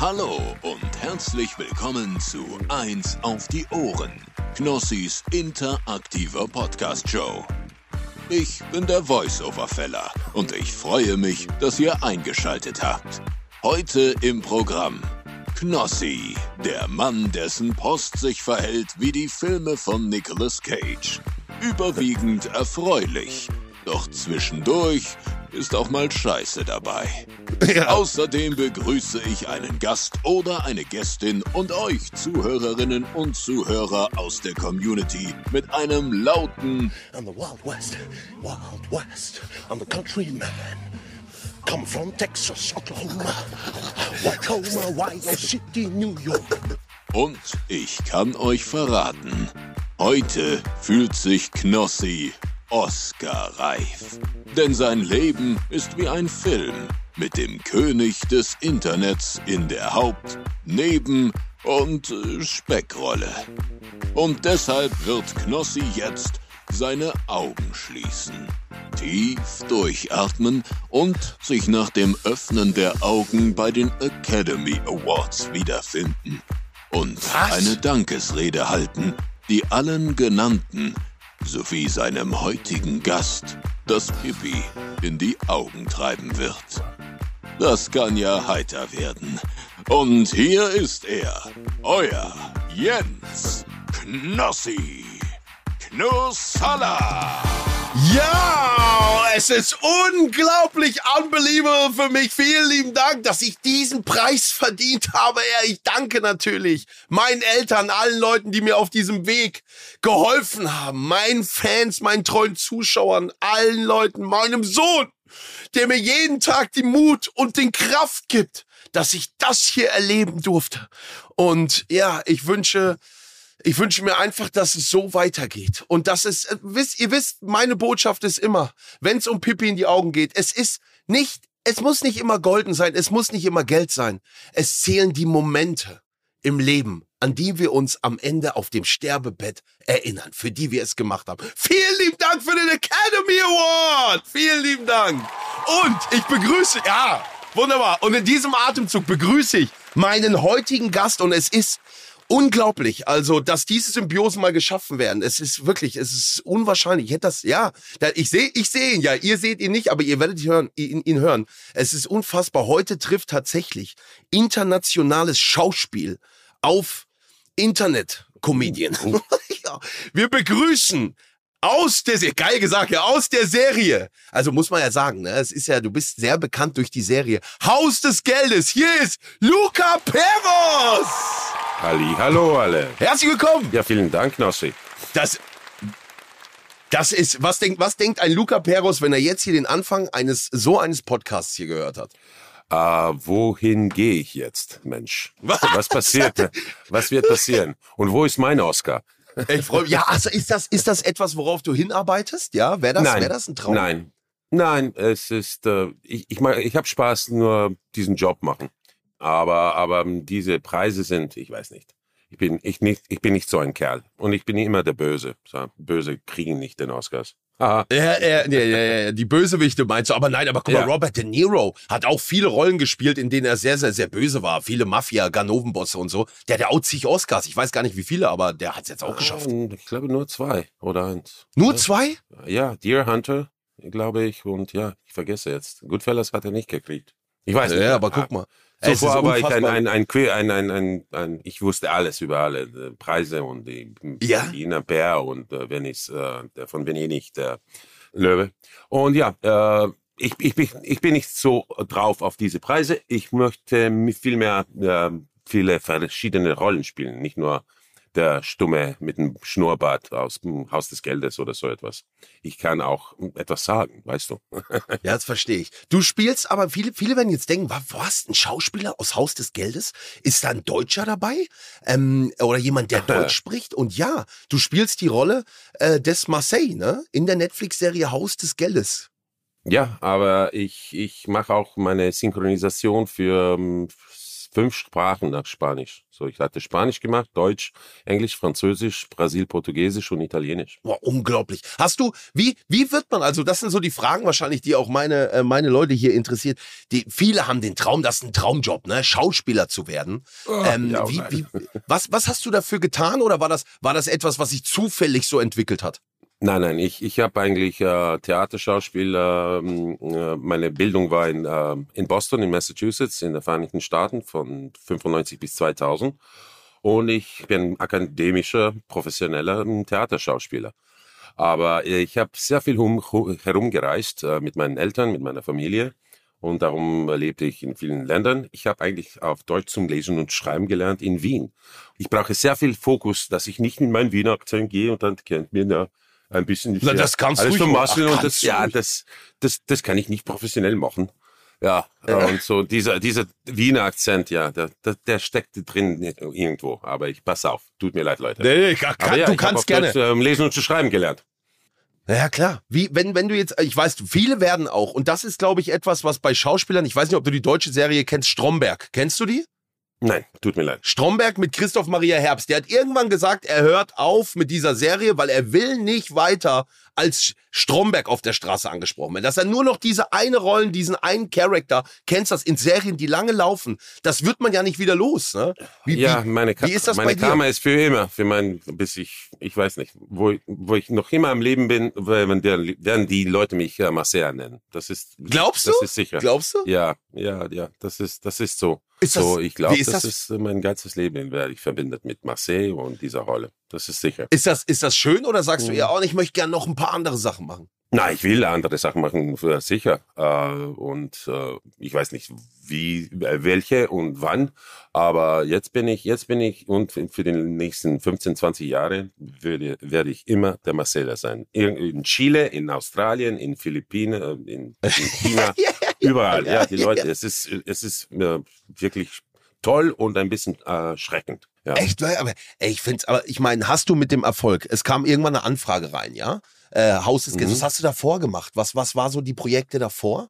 Hallo und herzlich willkommen zu Eins auf die Ohren, Knossis interaktiver Podcast-Show. Ich bin der Voice-Over-Feller und ich freue mich, dass ihr eingeschaltet habt. Heute im Programm Knossi, der Mann, dessen Post sich verhält wie die Filme von Nicolas Cage. Überwiegend erfreulich, doch zwischendurch ist auch mal Scheiße dabei. Ja. Außerdem begrüße ich einen Gast oder eine Gästin und euch Zuhörerinnen und Zuhörer aus der Community mit einem lauten I'm the Wild West, I'm the country man. Come from Texas, Oklahoma, Ohio City, New York. Und ich kann euch verraten, heute fühlt sich Knossi Oscar-reif. Denn sein Leben ist wie ein Film mit dem König des Internets in der Haupt-, Neben- und Speckrolle. Und deshalb wird Knossi jetzt seine Augen schließen, tief durchatmen und sich nach dem Öffnen der Augen bei den Academy Awards wiederfinden. Und eine Dankesrede halten, die allen Genannten sowie seinem heutigen Gast das Pipi in die Augen treiben wird. Das kann ja heiter werden. Und hier ist er, euer Jens Knossi Knossalla. Ja, es ist unglaublich unbelievable für mich. Vielen lieben Dank, dass ich diesen Preis verdient habe. Ja, ich danke natürlich meinen Eltern, allen Leuten, die mir auf diesem Weg geholfen haben, meinen Fans, meinen treuen Zuschauern, allen Leuten, meinem Sohn, der mir jeden Tag die Mut und den Kraft gibt, dass ich das hier erleben durfte. Und ja, ich wünsche mir einfach, dass es so weitergeht. Und das ist, ihr wisst, meine Botschaft ist immer, wenn es um Pipi in die Augen geht, es muss nicht immer golden sein, es muss nicht immer Geld sein. Es zählen die Momente im Leben, an die wir uns am Ende auf dem Sterbebett erinnern, für die wir es gemacht haben. Vielen lieben Dank für den Academy Award! Vielen lieben Dank! Und ich begrüße, ja, wunderbar. Und in diesem Atemzug begrüße ich meinen heutigen Gast und es ist unglaublich, also, dass diese Symbiosen mal geschaffen werden. Es ist unwahrscheinlich. Ich hätte das, ja, ich sehe ihn ja, ihr seht ihn nicht, aber ihr werdet ihn hören. Es ist unfassbar. Heute trifft tatsächlich internationales Schauspiel auf Internet-Comedian. Ja, wir begrüßen aus der Serie. Also muss man ja sagen, ne? Es ist ja, du bist sehr bekannt durch die Serie Haus des Geldes. Hier ist Luca Peros. Hallo alle. Herzlich willkommen. Ja, vielen Dank, Knossi. Das ist, was denkt ein Luca Peros, wenn er jetzt hier den Anfang eines Podcasts hier gehört hat? Wohin gehe ich jetzt, Mensch? Was passiert? Was wird passieren? Und wo ist mein Oscar? Ich freue mich. Ja, also ist das etwas, worauf du hinarbeitest? Ja, wäre das ein Traum? Nein, es ist, ich habe Spaß, nur diesen Job machen. Aber diese Preise sind, ich weiß nicht. Ich bin nicht so ein Kerl. Und ich bin immer der Böse. So, Böse kriegen nicht den Oscars. Aha. Ja, die Bösewichte meinst du. Aber nein, guck mal, Robert De Niro hat auch viele Rollen gespielt, in denen er sehr, sehr, sehr böse war. Viele Mafia, Ganovenbosse und so. Der hat auch zig Oscars. Ich weiß gar nicht, wie viele, aber der hat es jetzt auch geschafft. Ich glaube nur 2 oder 1. Nur 2? Ja, Deer Hunter, glaube ich. Und ja, ich vergesse jetzt. Goodfellas hat er nicht gekriegt. Ich weiß nicht. Ja, aber guck mal. Zuvor war ich wusste alles über alle Preise und die Ina Bär und Venice, der von Venedig, der Löwe. Und ja, ich bin nicht so drauf auf diese Preise. Ich möchte viel mehr viele verschiedene Rollen spielen, nicht nur der Stumme mit dem Schnurrbart aus dem Haus des Geldes oder so etwas. Ich kann auch etwas sagen, weißt du. Ja, das verstehe ich. Du spielst, aber viele werden jetzt denken, was, ein Schauspieler aus Haus des Geldes? Ist da ein Deutscher dabei? Oder jemand, der Deutsch spricht? Und ja, du spielst die Rolle des Marseille, ne? In der Netflix-Serie Haus des Geldes. Ja, aber ich mache auch meine Synchronisation für 5 Sprachen nach Spanisch. So, ich hatte Spanisch gemacht, Deutsch, Englisch, Französisch, Portugiesisch und Italienisch. Boah, unglaublich. Hast du, wie wird man, also das sind so die Fragen wahrscheinlich, die auch meine Leute hier interessiert. Viele haben den Traum, das ist ein Traumjob, ne, Schauspieler zu werden. Was hast du dafür getan oder war das etwas, was sich zufällig so entwickelt hat? Nein, ich habe eigentlich Theaterschauspiel, meine Bildung war in Boston, in Massachusetts, in den Vereinigten Staaten von 95 bis 2000 und ich bin akademischer, professioneller Theaterschauspieler. Aber ich habe sehr viel herumgereist mit meinen Eltern, mit meiner Familie und darum lebte ich in vielen Ländern. Ich habe eigentlich auf Deutsch zum Lesen und Schreiben gelernt in Wien. Ich brauche sehr viel Fokus, dass ich nicht in meinen Wiener Akzent gehe und dann kennt mir da ein bisschen Na, das kannst alles du vermasseln und das kann ich nicht professionell machen. Ja, und so dieser Wiener Akzent, ja, der steckt drin irgendwo, aber ich pass auf, tut mir leid, Leute. Nee, du kannst gerne lesen und zu schreiben gelernt. Ja, klar. Wenn du jetzt, ich weiß, viele werden auch, und das ist, glaube ich, etwas, was bei Schauspielern, ich weiß nicht, ob du die deutsche Serie kennst, Stromberg. Kennst du die? Nein, tut mir leid. Stromberg mit Christoph Maria Herbst. Der hat irgendwann gesagt, er hört auf mit dieser Serie, weil er will nicht weiter als Stromberg auf der Straße angesprochen werden. Dass er nur noch diese eine Rollen, diesen einen Charakter, kennst das in Serien, die lange laufen, das wird man ja nicht wieder los. Ne? Wie ist das meine Karma ist für immer, bis ich weiß nicht, wo ich noch immer am Leben bin, werden die Leute mich Marcel nennen. Das ist, glaubst du? Das ist sicher. Glaubst du? Ja, das ist so. Ich glaube, das ist mein ganzes Leben werde ich verbindet mit Marseille und dieser Rolle. Das ist sicher. Ist das schön oder sagst du eher, ich möchte gerne noch ein paar andere Sachen machen? Na, ich will andere Sachen machen, sicher. Ich weiß nicht, welche und wann. Aber jetzt bin ich und für die nächsten 15, 20 Jahre werde ich immer der Marcella sein. In Chile, in Australien, in Philippinen, in China, überall. Ja, die Leute, es ist wirklich toll und ein bisschen schreckend. Ja. Echt? Aber ich meine, hast du mit dem Erfolg, es kam irgendwann eine Anfrage rein, ja? Haus des Geldes, was hast du davor gemacht? Was war so die Projekte davor?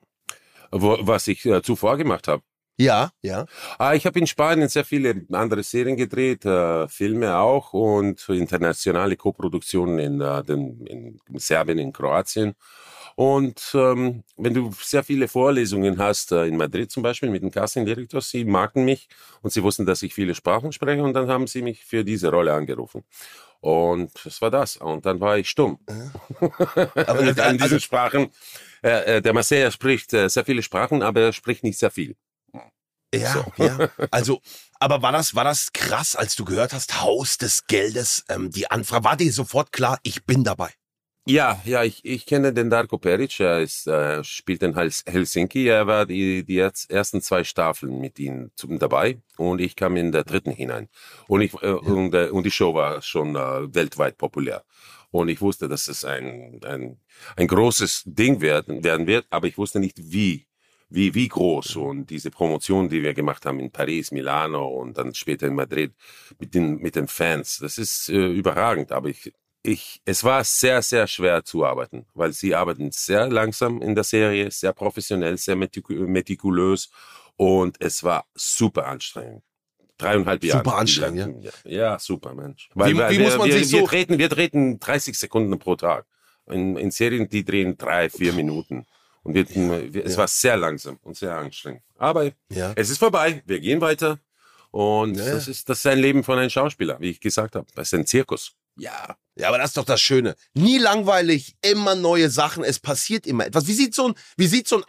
Was ich zuvor gemacht habe? Ja. Ich habe in Spanien sehr viele andere Serien gedreht, Filme auch und internationale Koproduktionen in Serbien, in Kroatien. Und wenn du sehr viele Vorlesungen hast, in Madrid zum Beispiel mit dem Castingdirektor, sie magten mich und sie wussten, dass ich viele Sprachen spreche und dann haben sie mich für diese Rolle angerufen. Und das war das. Und dann war ich stumm. Aber in diesen Sprachen, der Marcel spricht sehr viele Sprachen, aber er spricht nicht sehr viel. Ja. Also, aber war das krass, als du gehört hast, Haus des Geldes, die Anfrage, war dir sofort klar, ich bin dabei? Ja, ich kenne den Darko Peric, er spielt in Helsinki, er war die ersten 2 Staffeln mit ihm dabei und ich kam in der 3. hinein und die Show war schon weltweit populär und ich wusste, dass es ein großes Ding werden wird, aber ich wusste nicht wie groß und diese Promotion, die wir gemacht haben in Paris, Milano und dann später in Madrid mit den Fans, das ist überragend, aber es war sehr, sehr schwer zu arbeiten, weil sie arbeiten sehr langsam in der Serie, sehr professionell, sehr metikulös und es war super anstrengend. 3,5 Jahre. Super anstrengend, ja? Ja, super, Mensch. Wie muss man sich so... Wir treten 30 Sekunden pro Tag. In Serien, die drehen 3-4 Minuten. Und es war sehr langsam und sehr anstrengend. Aber es ist vorbei, wir gehen weiter. Und das ist ein Leben von einem Schauspieler, wie ich gesagt habe. Das ist ein Zirkus. Ja, aber das ist doch das Schöne. Nie langweilig, immer neue Sachen, es passiert immer etwas. Wie sah so ein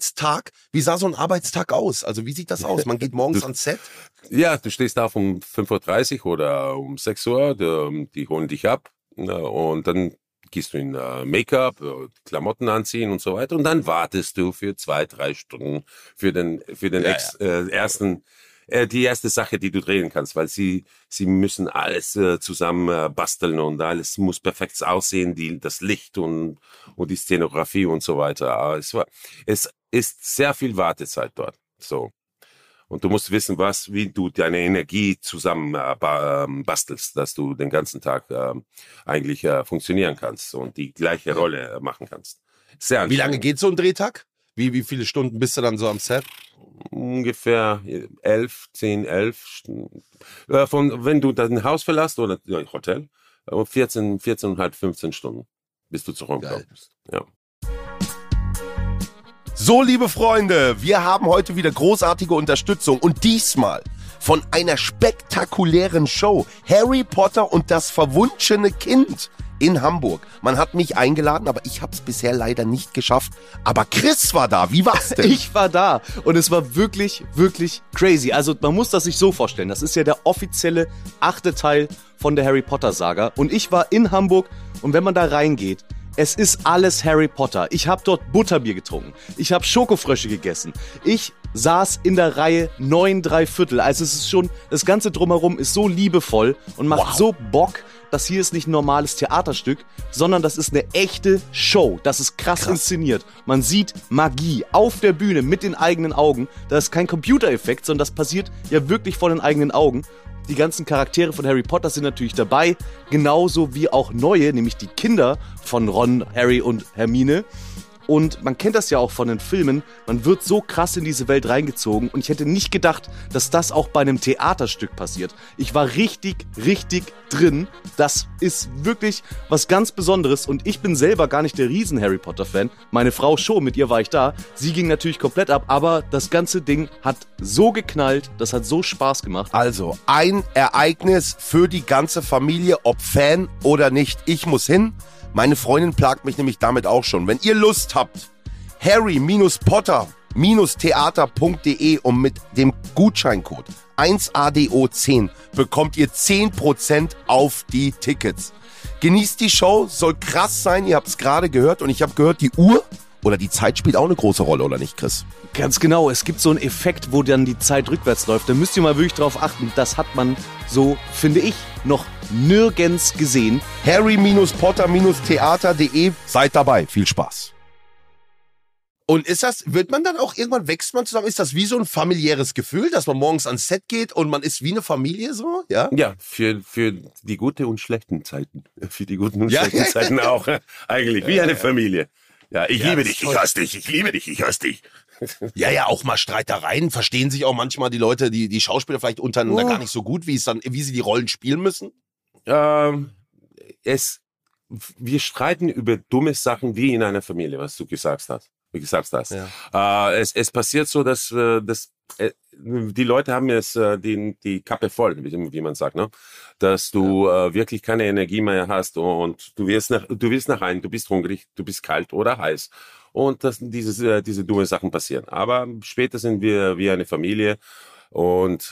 Arbeitstag aus? Also wie sieht das aus? Man geht morgens ans Set? Ja, du stehst auf um 5:30 Uhr oder um 6 Uhr, die holen dich ab und dann gehst du in Make-up, Klamotten anziehen und so weiter und dann wartest du für 2-3 Stunden für den ersten die erste Sache, die du drehen kannst, weil sie müssen alles zusammen basteln und alles muss perfekt aussehen, das Licht und die Szenografie und so weiter. Aber es ist sehr viel Wartezeit dort. So. Und du musst wissen, wie du deine Energie zusammen bastelst, dass du den ganzen Tag eigentlich funktionieren kannst und die gleiche Rolle machen kannst. Sehr anstrengend. Wie lange geht so ein Drehtag? Wie viele Stunden bist du dann so am Set? ungefähr 10, 11 Stunden. Wenn du dein Haus verlässt oder Hotel, 14,5, 15 Stunden, bis du zurückkommst. Ja. So, liebe Freunde, wir haben heute wieder großartige Unterstützung und diesmal von einer spektakulären Show. Harry Potter und das verwunschene Kind in Hamburg. Man hat mich eingeladen, aber ich habe es bisher leider nicht geschafft. Aber Chris war da. Wie war's denn? Ich war da und es war wirklich, wirklich crazy. Also man muss das sich so vorstellen. Das ist ja der offizielle 8. Teil von der Harry Potter Saga. Und ich war in Hamburg und wenn man da reingeht, es ist alles Harry Potter. Ich habe dort Butterbier getrunken. Ich habe Schokofrösche gegessen. Ich saß in der Reihe 9¾ Also es ist schon, das Ganze drumherum ist so liebevoll und macht so Bock. Das hier ist nicht ein normales Theaterstück, sondern das ist eine echte Show. Das ist krass inszeniert. Man sieht Magie auf der Bühne mit den eigenen Augen. Das ist kein Computereffekt, sondern das passiert ja wirklich vor den eigenen Augen. Die ganzen Charaktere von Harry Potter sind natürlich dabei, genauso wie auch neue, nämlich die Kinder von Ron, Harry und Hermine. Und man kennt das ja auch von den Filmen, man wird so krass in diese Welt reingezogen und ich hätte nicht gedacht, dass das auch bei einem Theaterstück passiert. Ich war richtig, richtig drin. Das ist wirklich was ganz Besonderes und ich bin selber gar nicht der riesen Harry Potter Fan. Meine Frau schon, mit ihr war ich da. Sie ging natürlich komplett ab, aber das ganze Ding hat so geknallt, das hat so Spaß gemacht. Also, ein Ereignis für die ganze Familie, ob Fan oder nicht. Ich muss hin. Meine Freundin plagt mich nämlich damit auch schon. Wenn ihr Lust habt, harry-potter-theater.de und mit dem Gutscheincode 1ADO10 bekommt ihr 10% auf die Tickets. Genießt die Show, soll krass sein, ihr habt es gerade gehört und ich habe gehört, die Uhr oder die Zeit spielt auch eine große Rolle, oder nicht, Chris? Ganz genau, es gibt so einen Effekt, wo dann die Zeit rückwärts läuft. Da müsst ihr mal wirklich drauf achten. Das hat man so, finde ich, noch nirgends gesehen. harry-potter-theater.de, seid dabei, viel Spaß. Und wird man dann auch irgendwann, wächst man zusammen, ist das wie so ein familiäres Gefühl, dass man morgens ans Set geht und man ist wie eine Familie so, ja? Ja, für die guten und schlechten Zeiten. Für die guten und schlechten Zeiten auch, eigentlich, wie eine Familie. Ja, ich liebe dich, ich hasse dich, ich liebe dich, ich hasse dich. Ja, auch mal Streitereien, verstehen sich auch manchmal die Leute, die Schauspieler vielleicht untereinander gar nicht so gut, wie sie die Rollen spielen müssen? Wir streiten über dumme Sachen wie in einer Familie, was du gesagt hast. Ja. Es passiert so, dass die Leute haben jetzt die Kappe voll, wie man sagt, ne? Dass du wirklich keine Energie mehr hast und du willst nach rein, du bist hungrig, du bist kalt oder heiß und dass diese dumme Sachen passieren. Aber später sind wir wie eine Familie und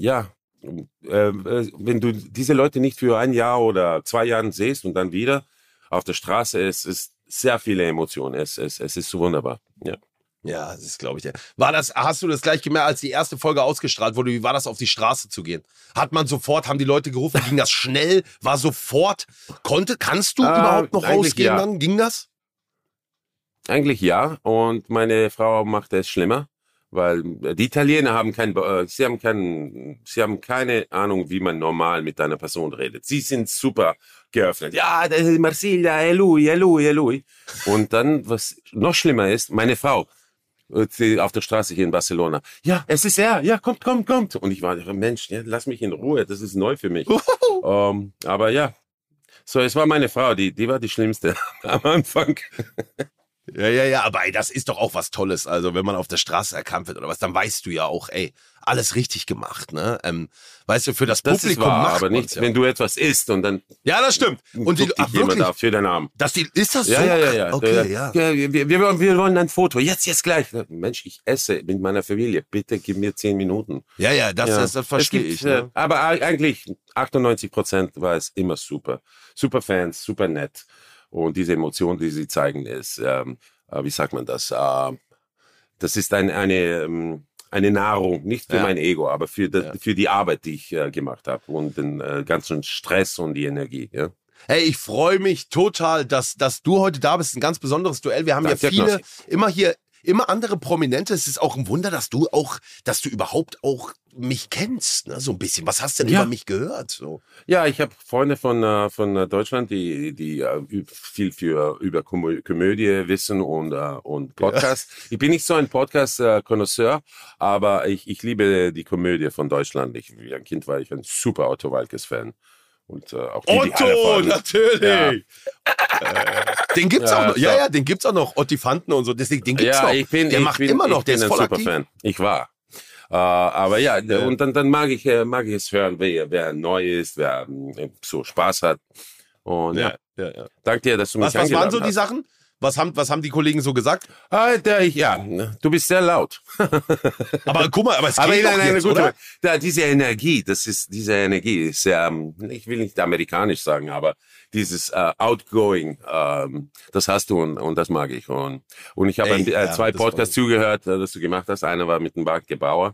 wenn du diese Leute nicht für 1 Jahr oder 2 Jahre siehst und dann wieder auf der Straße, es ist sehr viele Emotionen. Es ist so wunderbar. Ja. Ja, das ist, glaube ich, ja. Hast du das gleich gemerkt, als die erste Folge ausgestrahlt wurde? Wie war das, auf die Straße zu gehen? Haben die Leute gerufen, ging das schnell? War sofort? Kannst du überhaupt noch rausgehen dann? Ging das? Eigentlich ja. Und meine Frau macht es schlimmer, weil die Italiener haben sie haben keine Ahnung, wie man normal mit einer Person redet. Sie sind super geöffnet. Ja, Marsiglia, è lui. Und dann, was noch schlimmer ist, meine Frau, auf der Straße hier in Barcelona. Ja, es ist er. Ja, kommt. Und ich war, Mensch, ja, lass mich in Ruhe. Das ist neu für mich. Aber ja, so, es war meine Frau, die war die Schlimmste am Anfang. Ja, aber das ist doch auch was Tolles. Also, wenn man auf der Straße erkannt wird oder was, dann weißt du ja auch, alles richtig gemacht, ne? Weißt du, für das Publikum ist wahr, macht aber nicht, wenn du etwas isst und dann. Ja, das stimmt. Und jemand da für deinen Arm. Ist das so? Ja. Okay, ja. Wir wollen ein Foto. Jetzt gleich. Mensch, ich esse mit meiner Familie. Bitte gib mir 10 Minuten. Ja, das verstehe ich. Ne? Aber eigentlich 98% war es immer super. Super Fans, super nett. Und diese Emotion, die sie zeigen, ist, wie sagt man das? Das ist eine Nahrung, nicht für mein Ego, aber für die Arbeit, die ich gemacht habe und den ganzen Stress und die Energie. Ja. Hey, ich freue mich total, dass du heute da bist. Ein ganz besonderes Duell. Wir haben ja viele, immer andere Prominente. Es ist auch ein Wunder, dass du überhaupt auch mich kennst, ne? So ein bisschen. Was hast du denn über mich gehört? So? Ja, ich habe Freunde von Deutschland, die viel über Komödie wissen und Podcasts. Ja. Ich bin nicht so ein Podcast-Connoisseur, aber ich liebe die Komödie von Deutschland. Wie ein Kind war ich ein super Otto Walkes-Fan. Und auch Otto, natürlich! Ja. Den gibt's auch noch. Ja, den gibt's auch noch. Ottifanten und so. Den gibt's noch. Der macht immer noch. Der ist voll aktiv. Fan. Ich war. Aber ja, und dann mag ich es hören, wer neu ist, wer so Spaß hat. Und ja. Danke dir, dass du mich eingeladen hast. Was waren so die Sachen? Was haben die Kollegen so gesagt? Du bist sehr laut. Aber guck mal, es geht doch jetzt, oder? Diese Energie ist sehr, ich will nicht amerikanisch sagen, aber dieses outgoing, das hast du und das mag ich. Und ich habe zwei Podcasts zugehört, das du gemacht hast. Einer war mit dem Bart Gebauer.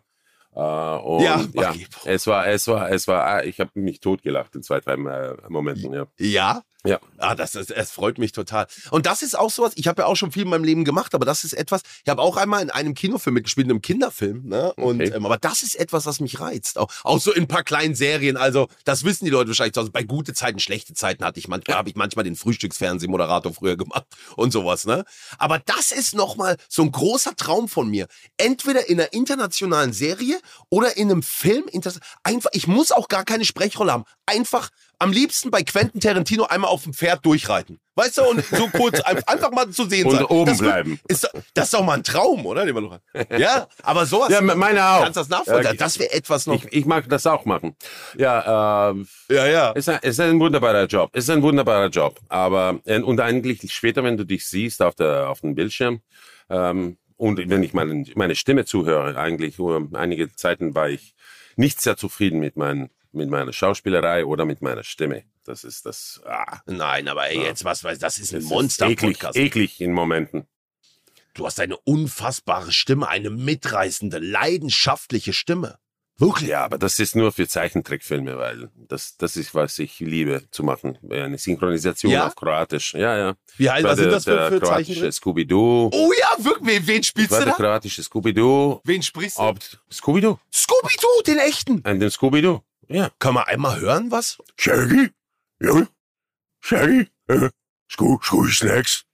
Es war, ich habe mich totgelacht in 2-3 Momenten, ja. Ja? Ja. Es freut mich total. Und das ist auch sowas, ich habe ja auch schon viel in meinem Leben gemacht, aber das ist etwas, ich habe auch einmal in einem Kinofilm mitgespielt, in einem Kinderfilm, ne? Und, okay. Aber das ist etwas, was mich reizt. Auch so in ein paar kleinen Serien, also das wissen die Leute wahrscheinlich. Also bei gute Zeiten, schlechte Zeiten habe ich manchmal den Frühstücksfernsehmoderator früher gemacht und sowas, ne? Aber das ist nochmal so ein großer Traum von mir. Entweder in einer internationalen Serie oder in einem Film. Einfach, ich muss auch gar keine Sprechrolle haben. Einfach am liebsten bei Quentin Tarantino einmal auf dem Pferd durchreiten. Weißt du, und so kurz einfach mal zu sehen und sein. Oben bleiben. Das ist doch mal ein Traum, oder? Den man noch hat. Ja, aber sowas. Ja, meine auch. Kannst du das nachvollziehen? Das wäre etwas noch. Ich mag das auch machen. Ja. Ist ein wunderbarer Job. Aber, und eigentlich später, wenn du dich siehst auf dem Bildschirm, und wenn ich meine Stimme zuhöre, eigentlich, einige Zeiten war ich nicht sehr zufrieden mit meiner Schauspielerei oder mit meiner Stimme. Das ist das. Nein, aber jetzt das ist ein Monster-Podcast. Eklig in Momenten. Du hast eine unfassbare Stimme, eine mitreißende, leidenschaftliche Stimme. Wirklich? Ja, aber das ist nur für Zeichentrickfilme, weil das ist, was ich liebe zu machen. Eine Synchronisation auf Kroatisch. Ja. Was sind das für Zeichentrick? Scooby-Doo. Oh ja, wirklich. Wen spielst du da? Der kroatische Scooby-Doo. Wen sprichst du? Scooby-Doo. Scooby-Doo, den echten. Den Scooby-Doo. Ja. Kann man einmal hören, was? Shaggy? Ja. Shaggy? Scooby Snacks?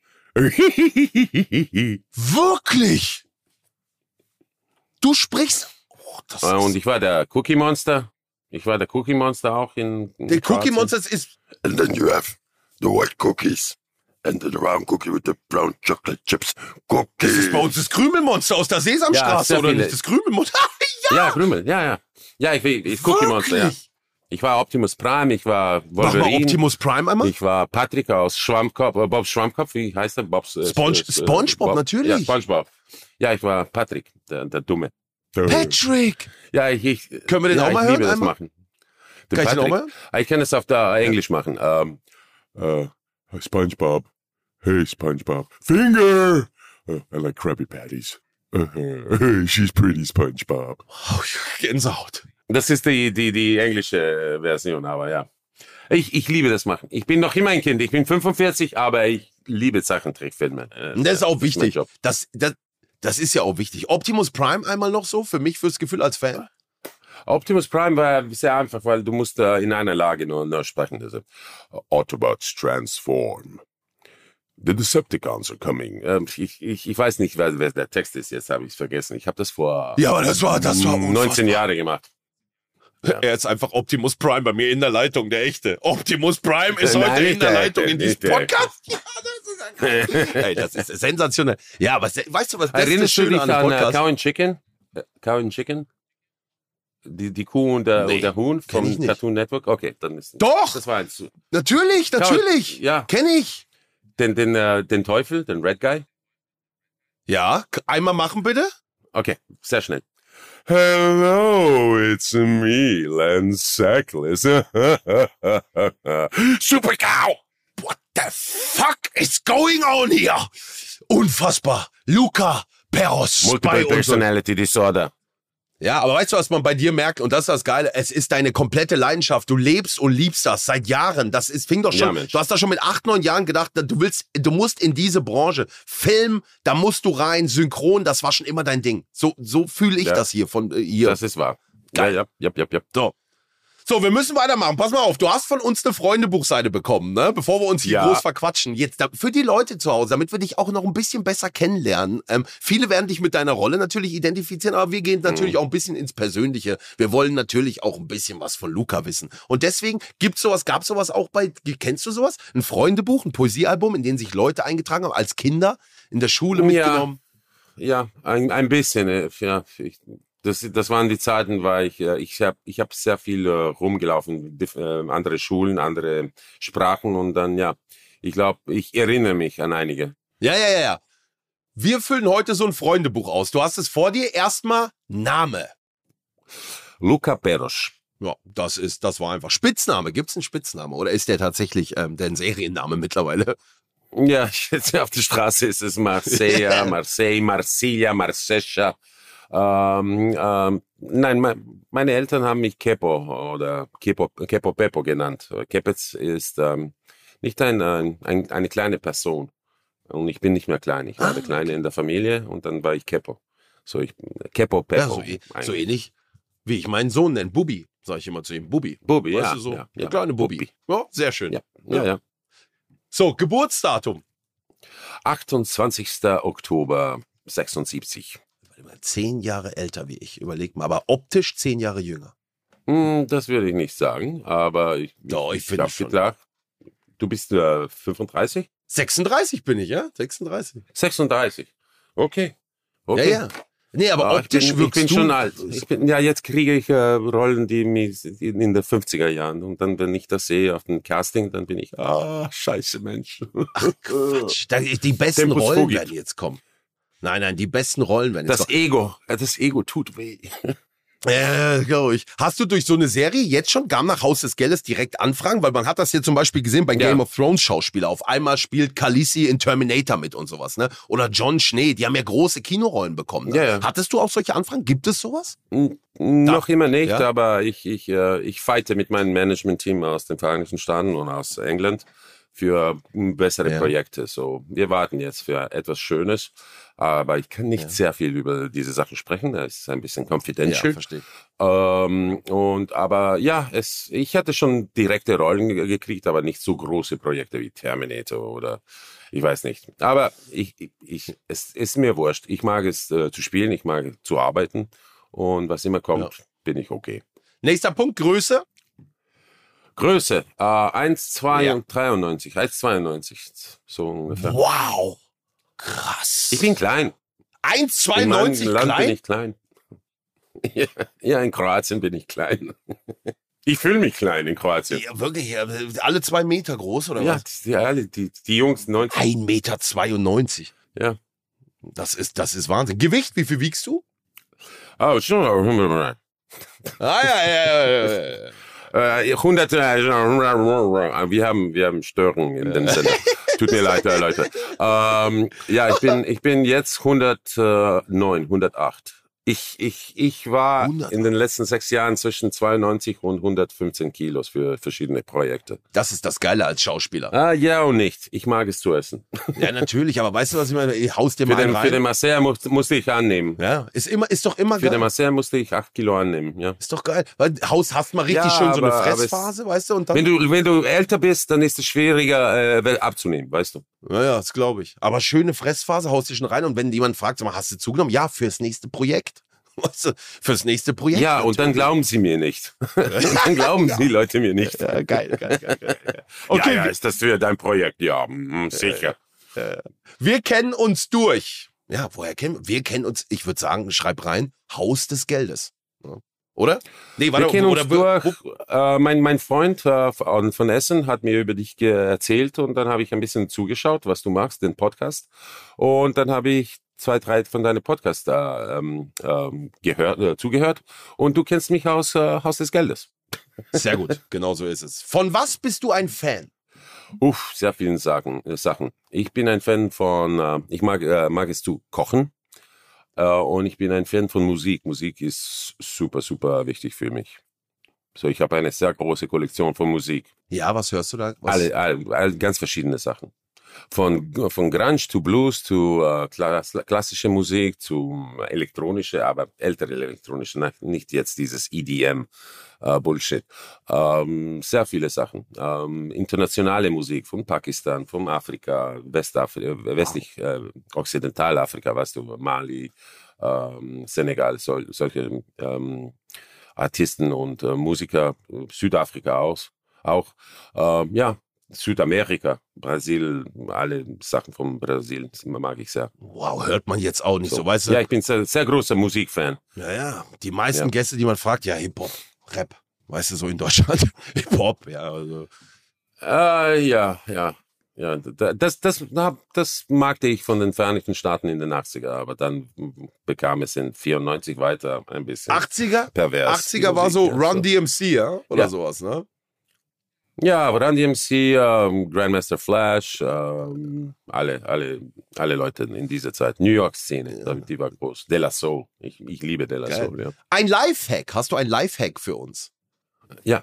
Wirklich? Du sprichst... Und ich war der Cookie Monster. Auch in der Cookie Monster ist... And then you have the white cookies. And the round cookie with the brown chocolate chips. Cookie. Das ist bei uns das Krümelmonster aus der Sesamstraße, oder nicht? Das Krümelmonster? Ja, Krümel, ja. Ja, ich Cookie Monster, ja. Ich war Optimus Prime, ich war Wolverine. Mach mal Optimus Prime einmal. Ich war Patrick aus Bob's Schwammkopf, wie heißt der? SpongeBob, natürlich. Ja, SpongeBob. Ja, ich war Patrick, der Dumme. Patrick! Ja, können wir den auch mal hören? Das machen. Kann ich den auch mal hören? Ich kann es auf der Englisch machen. SpongeBob. Hey, SpongeBob. Finger! I like Krabby Patties. She's pretty, SpongeBob. Oh, Gänsehaut. Das ist die englische Version, aber ja. Ich liebe das machen. Ich bin noch immer ein Kind. Ich bin 45, aber ich liebe Zeichentrickfilme. Das ist auch wichtig. Das ist ja auch wichtig. Optimus Prime einmal noch so, für mich, fürs Gefühl als Fan? Optimus Prime war sehr einfach, weil du musst in einer Lage nur sprechen. Also, Autobots transform. The Decepticons are coming. Ich weiß nicht, wer der Text ist, jetzt habe ich es vergessen. Ich habe das vor aber das war 19 Jahre gemacht. Ja. Er ist einfach Optimus Prime bei mir in der Leitung, der echte. Optimus Prime ist heute in der Leitung in diesem Podcast. Ja, das ist ja geil. Ey, das ist sensationell. Ja, aber weißt du, was das Erinnerst du dich an Cow and Chicken? Cow and Chicken? Die Kuh und der Huhn vom Cartoon Network? Okay, dann ist Doch! Das war eins. Natürlich. Ja. Kenn ich. Den Teufel, den Red Guy? Ja, einmal machen bitte. Okay, sehr schnell. Hello, it's me, Lance Sackless. Super Cow! What the fuck is going on here? Unfassbar. Luca Perros. Multiple Personality Disorder. Ja, aber weißt du, was man bei dir merkt? Und das ist das Geile. Es ist deine komplette Leidenschaft. Du lebst und liebst das seit Jahren. Fing doch schon. Ja, du hast da schon mit 8, 9 Jahren gedacht, du musst in diese Branche. Film, da musst du rein. Synchron, das war schon immer dein Ding. So fühle ich das hier von hier. Das ist wahr. Geil. Ja. So, wir müssen weitermachen. Pass mal auf, du hast von uns eine Freundebuchseite bekommen, ne? Bevor wir uns hier groß verquatschen. Jetzt für die Leute zu Hause, damit wir dich auch noch ein bisschen besser kennenlernen. Viele werden dich mit deiner Rolle natürlich identifizieren, aber wir gehen natürlich auch ein bisschen ins Persönliche. Wir wollen natürlich auch ein bisschen was von Luca wissen. Und deswegen gab's sowas auch kennst du sowas? Ein Freundebuch, ein Poesiealbum, in dem sich Leute eingetragen haben, als Kinder in der Schule mitgenommen? Ja, ein bisschen. Ja, das waren die Zeiten, weil ich hab sehr viel rumgelaufen, andere Schulen, andere Sprachen und dann, ich glaube, ich erinnere mich an einige. Ja. Wir füllen heute so ein Freundebuch aus. Du hast es vor dir. Erstmal Name. Luca Peros. Ja, das war einfach. Spitzname. Gibt's einen Spitzname oder ist der tatsächlich der Serienname mittlerweile? Ja, jetzt auf der Straße ist es Marseille, Marsilia, Marsesha. Nein, meine Eltern haben mich Kepo oder Kepo Pepo genannt. Kepetz ist nicht eine kleine Person. Und ich bin nicht mehr klein. Ich war der Kleine in der Familie und dann war ich Kepo. Kepo Pepo. Ja, so ähnlich wie ich meinen Sohn nenne. Bubi, sage ich immer zu ihm. Bubi, weißt du, so der kleine Bubi. Ja, sehr schön. Ja. So, Geburtsdatum. 28. Oktober 76. 10 Jahre älter wie ich, überleg mal, aber optisch 10 Jahre jünger. Das würde ich nicht sagen, aber ich finde schon. Gedacht, du bist 35? 36 bin ich, ja? 36. 36. Okay. Ja. Nee, aber optisch ich bin du, schon alt. Jetzt kriege ich Rollen, die in der 50er Jahren und dann, wenn ich das sehe auf dem Casting, dann bin ich, scheiße Mensch. Ach Quatsch, die besten Tempus Rollen Fugit. werden jetzt kommen. Nein, die besten Rollen werden jetzt kommen. Das Ego tut weh. Ja, glaube ich. Hast du durch so eine Serie jetzt schon Garn nach Haus des Geldes direkt anfragen? Weil man hat das hier zum Beispiel gesehen bei Game of Thrones Schauspieler. Auf einmal spielt Khaleesi in Terminator mit und sowas, ne? Oder John Schnee, die haben ja große Kinorollen bekommen. Ne? Ja. Hattest du auch solche Anfragen? Gibt es sowas? Noch immer nicht, aber ich fighte mit meinem Management-Team aus den Vereinigten Staaten und aus England für bessere Projekte. So, wir warten jetzt für etwas Schönes, aber ich kann nicht sehr viel über diese Sachen sprechen. Das ist ein bisschen confidential. Ja, verstehe. Ich hatte schon direkte Rollen gekriegt, aber nicht so große Projekte wie Terminator oder ich weiß nicht. Aber es ist mir wurscht. Ich mag es zu spielen, ich mag zu arbeiten und was immer kommt, bin ich okay. Nächster Punkt, Größe. 1,93, 1,92, so ungefähr. Wow, krass. Ich bin klein. 1,92 klein? klein? Bin ich klein. Ja, in Kroatien bin ich klein. Ich fühle mich klein in Kroatien. Ja, wirklich, alle 2 Meter groß, oder was? Ja, die Jungs 90. 1,92 Meter. Ja. Das ist Wahnsinn. Gewicht, wie viel wiegst du? Oh, schon. Ja. 100, wir haben Störungen in dem Sinne. Tut mir leid, Leute. Ich bin jetzt 109, 108. Ich war 100. in den letzten 6 Jahren zwischen 92 und 115 Kilos für verschiedene Projekte. Das ist das Geile als Schauspieler. Ja und nicht. Ich mag es zu essen. Ja, natürlich, aber weißt du, was ich meine? Haust dir mal einen rein. Für den Marseille musste ich annehmen. Ja, ist doch immer Für geil. den Marseille musste ich 8 Kilo annehmen, ja. Ist doch geil. Weil hast mal richtig schön so eine Fressphase, weißt du? Und dann, wenn du älter bist, dann ist es schwieriger abzunehmen, weißt du. Ja, das glaube ich. Aber schöne Fressphase, haust dir schon rein und wenn jemand fragt, sag mal, hast du zugenommen? Ja, fürs nächste Projekt. Weißt du, fürs nächste Projekt. Ja, und dann glauben sie mir nicht. Dann glauben die Leute mir nicht. Ja, geil. Okay, ist das für dein Projekt? Ja, sicher. Wir kennen uns durch. Ja, wir kennen uns, ich würde sagen, schreib rein, Haus des Geldes. Oder? Nee, wir kennen uns durch. Mein Freund von Essen hat mir über dich erzählt und dann habe ich ein bisschen zugeschaut, was du machst, den Podcast. Und dann habe ich 2, 3 von deinen Podcasts zugehört und du kennst mich aus Haus des Geldes. Sehr gut, genau so ist es. Von was bist du ein Fan? Sehr vielen Sachen. Ich bin ein Fan von, ich mag es zu kochen und ich bin ein Fan von Musik. Musik ist super, super wichtig für mich. So, ich habe eine sehr große Kollektion von Musik. Ja, was hörst du da? Alle ganz verschiedene Sachen. Von Grunge zu Blues zu klassische Musik zu elektronische, aber ältere elektronische, nicht jetzt dieses EDM Bullshit. Sehr viele Sachen. Internationale Musik von Pakistan, von Afrika, westlich Occidentalafrika, weißt du, Mali, Senegal, solche Artisten und Musiker, Südafrika auch. Südamerika, Brasil, alle Sachen von Brasilien mag ich sehr. Wow, hört man jetzt auch nicht so, weißt du? Ja, ich bin sehr großer Musikfan. Ja, die meisten Gäste, die man fragt, ja, Hip-Hop, Rap, weißt du, so in Deutschland. Hip-Hop, ja, also. Das magte ich von den Vereinigten Staaten in den 80er, aber dann bekam es in 94 weiter ein bisschen 80er? pervers. 80er war so Run DMC, ja? Oder sowas, ne? Ja, Run DMC, Grandmaster Flash, alle Leute in dieser Zeit. New York-Szene, die war groß. De La Soul, ich liebe De La Soul, ja. Ein Lifehack, hast du ein Lifehack für uns? Ja.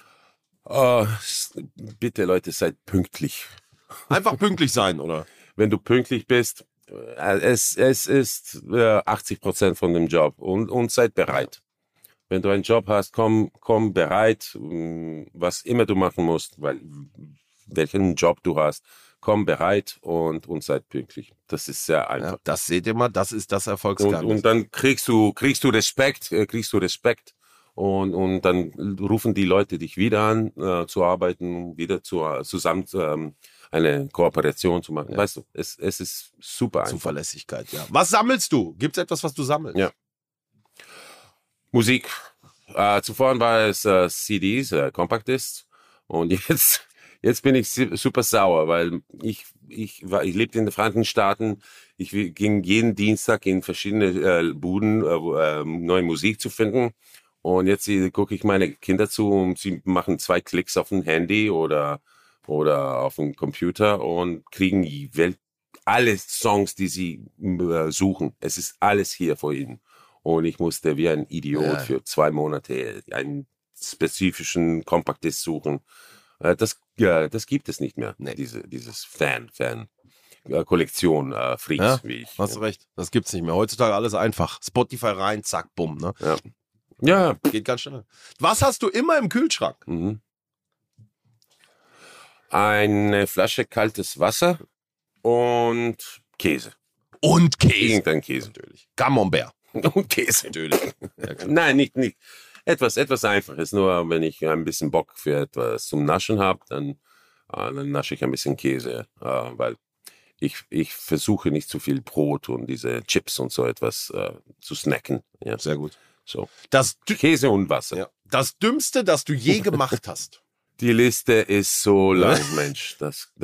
Bitte Leute, seid pünktlich. Einfach pünktlich sein, oder? Wenn du pünktlich bist, es ist 80% von dem Job und seid bereit. Wenn du einen Job hast, komm bereit, was immer du machen musst, weil welchen Job du hast, komm bereit und seid pünktlich. Das ist sehr einfach. Ja, das seht ihr mal, das ist das Erfolgsgeheimnis. Und dann kriegst du Respekt, und dann rufen die Leute dich wieder an, zu arbeiten, wieder zusammen eine Kooperation zu machen. Ja. Weißt du, es ist super einfach. Zuverlässigkeit, ja. Was sammelst du? Gibt es etwas, was du sammelst? Ja. Musik. Zuvor war es CDs, Compact Discs. Und jetzt bin ich super sauer, weil ich lebte in den Vereinigten Staaten. Ich ging jeden Dienstag in verschiedene Buden, neue Musik zu finden. Und jetzt gucke ich meine Kinder zu und sie machen 2 Klicks auf ein Handy oder auf dem Computer und kriegen alle Songs, die sie suchen. Es ist alles hier vor ihnen. Und ich musste wie ein Idiot für 2 Monate einen spezifischen Compact Disc suchen. Das gibt es nicht mehr. Nee. Dieses Fan-Kollektion Freaks wie ich. Hast du recht. Das gibt's nicht mehr. Heutzutage alles einfach. Spotify rein, zack, bumm. Ne? Ja. Geht ganz schnell. Was hast du immer im Kühlschrank? Eine Flasche kaltes Wasser und Käse. Und Käse. Irgendein Käse. Natürlich. Camembert. Und Käse. Natürlich. Nein, nicht. Etwas Einfaches. Nur wenn ich ein bisschen Bock für etwas zum Naschen habe, dann nasche ich ein bisschen Käse. Weil ich versuche nicht zu viel Brot und diese Chips und so etwas zu snacken. Ja. Sehr gut. So. Käse und Wasser. Ja. Das Dümmste, das du je gemacht hast. Die Liste ist so lang, Mensch.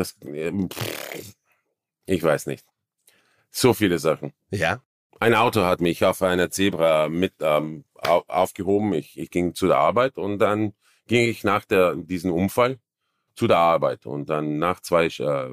Ich weiß nicht. So viele Sachen. Ja. Ein Auto hat mich auf einer Zebra mit aufgehoben. Ich ging zu der Arbeit und dann ging ich nach diesem Unfall zu der Arbeit. Und dann nach zwei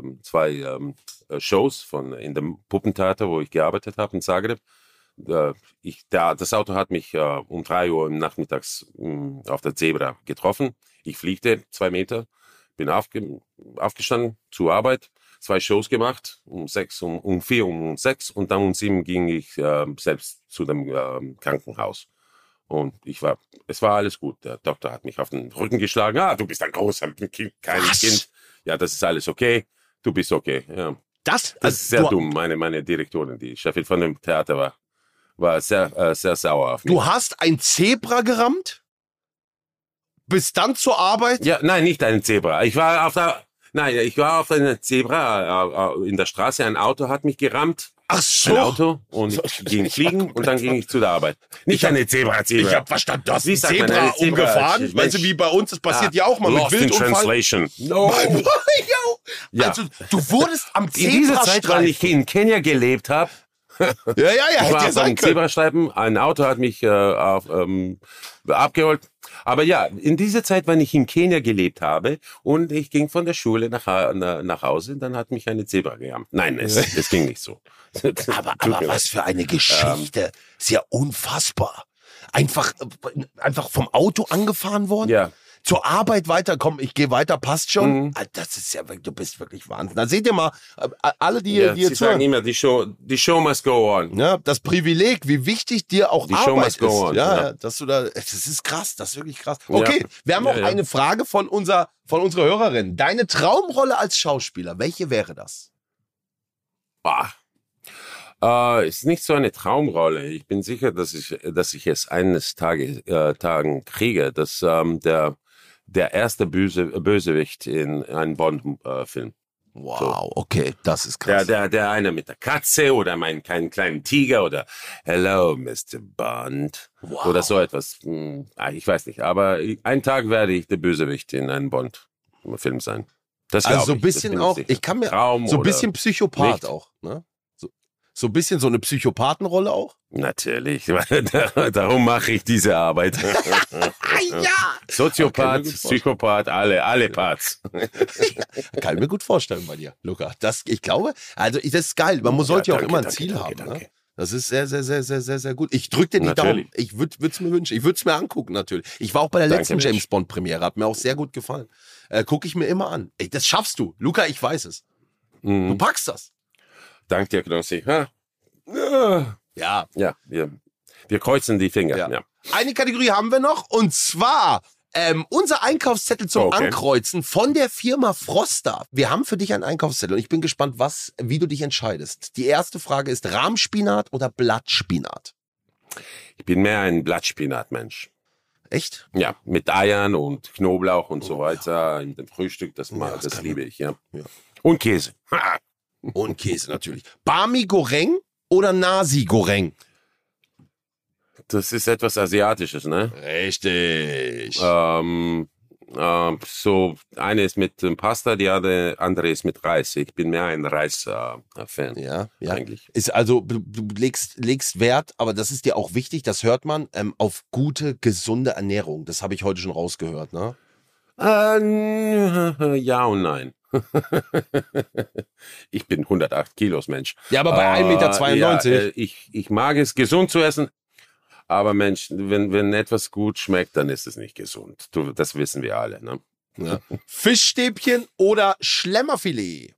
Shows in dem Puppentheater, wo ich gearbeitet habe in Zagreb, das Auto hat mich um 3 Uhr nachmittags auf der Zebra getroffen. Ich fliegte 2 Meter, bin aufgestanden zur Arbeit, 2 Shows gemacht, um 6, um 4, um 6 und dann um 7 ging ich selbst zu dem Krankenhaus. Und es war alles gut. Der Doktor hat mich auf den Rücken geschlagen. Du bist ein großer kleines Kind. Ja, das ist alles okay. Du bist okay. Ja. Das ist sehr dumm. Meine Direktorin, die Chefin von dem Theater war sehr, sehr sauer auf mich. Du hast ein Zebra gerammt? Bis dann zur Arbeit? Ja, nein, nicht ein Zebra. Ich war auf einer Zebra in der Straße. Ein Auto hat mich gerammt. Ach so. Ein Auto und ich ging fliegen und dann ging ich zu der Arbeit. Nicht eine Zebra. Ich habe verstanden, du hast ein Zebra umgefahren. Weißt du, wie bei uns, das passiert ja auch mal mit Wildunfall. Lost in Translation. No. Also, du wurdest am Zebrastreifen. In dieser Zeit, weil ich in Kenia gelebt habe, ja. Ich war auf einem Zebrastreifen, ein Auto hat mich abgeholt. Aber ja, in dieser Zeit, wenn ich in Kenia gelebt habe und ich ging von der Schule nach Hause, dann hat mich eine Zebra gerammt. Nein, es ging nicht so. Aber was für eine Geschichte. Ist ja unfassbar. Einfach vom Auto angefahren worden? Ja. zur Arbeit weiterkommen, ich gehe weiter, passt schon. Das ist ja, du bist wirklich Wahnsinn. Da seht ihr mal, alle, die hier Sie sagen immer, die Show must go on. Ja, das Privileg, wie wichtig dir auch Die Arbeit Show must ist. go on. Ja, dass du da, das ist krass, das ist wirklich krass. Okay, wir haben auch eine Frage von unserer Hörerin. Deine Traumrolle als Schauspieler, welche wäre das? Ist nicht so eine Traumrolle. Ich bin sicher, dass ich es eines Tagen kriege, dass der erste Bösewicht in einem Bond-Film. Wow, So. okay, das ist krass. Der eine mit der Katze oder meinen kleinen Tiger oder Hello, Mr. Bond. Wow. Oder so etwas. Ich weiß nicht, aber einen Tag werde ich der Bösewicht in einem Bond-Film sein. Das Also so ein das bisschen bin auch, sicher. ich kann mir, Traum so ein oder bisschen Psychopath nicht. auch, ne? So ein bisschen so eine Psychopathenrolle auch? Natürlich, darum mache ich diese Arbeit. Ja! Soziopath, Okay, Psychopath, alle Parts. Kann ich mir gut vorstellen bei dir, Luca. Ich glaube, also das ist geil. Man sollte ja auch immer ein Ziel haben. Danke. Ne? Das ist sehr, sehr, sehr, sehr, sehr, sehr gut. Ich drücke dir die Natürlich. Daumen. Ich würde es mir wünschen. Ich würde es mir angucken, natürlich. Ich war auch bei der letzten Mensch. James Bond Premiere. Hat mir auch sehr gut gefallen. Gucke ich mir immer an. Ey, das schaffst du. Luca, ich weiß es. Du packst das. Danke dir, Knossi. Ja. Ja, wir kreuzen die Finger. Ja. Ja. Eine Kategorie haben wir noch, und zwar unser Einkaufszettel zum Okay. Ankreuzen von der Firma Froster. Wir haben für dich einen Einkaufszettel und ich bin gespannt, wie du dich entscheidest. Die erste Frage ist Rahmspinat oder Blattspinat? Ich bin mehr ein Blattspinat-Mensch. Echt? Ja, mit Eiern und Knoblauch und so weiter in dem Frühstück, das kann liebe ich, ja. Ja. Und Käse. Und Käse natürlich. Bami Goreng oder Nasi Goreng? Das ist etwas Asiatisches, ne? Richtig. So, eine ist mit Pasta, die andere ist mit Reis. Ich bin mehr ein Reis-Fan. Ja. Eigentlich. Ist also, du legst Wert, aber das ist dir auch wichtig, das hört man, auf gute, gesunde Ernährung. Das habe ich heute schon rausgehört, ne? Ja und nein. Ich bin 108 Kilos Mensch. Ja, aber bei 1,92 Meter. Ich mag es, gesund zu essen. Aber Mensch, wenn etwas gut schmeckt, dann ist es nicht gesund. Das wissen wir alle, ne? Ja. Fischstäbchen oder Schlemmerfilet?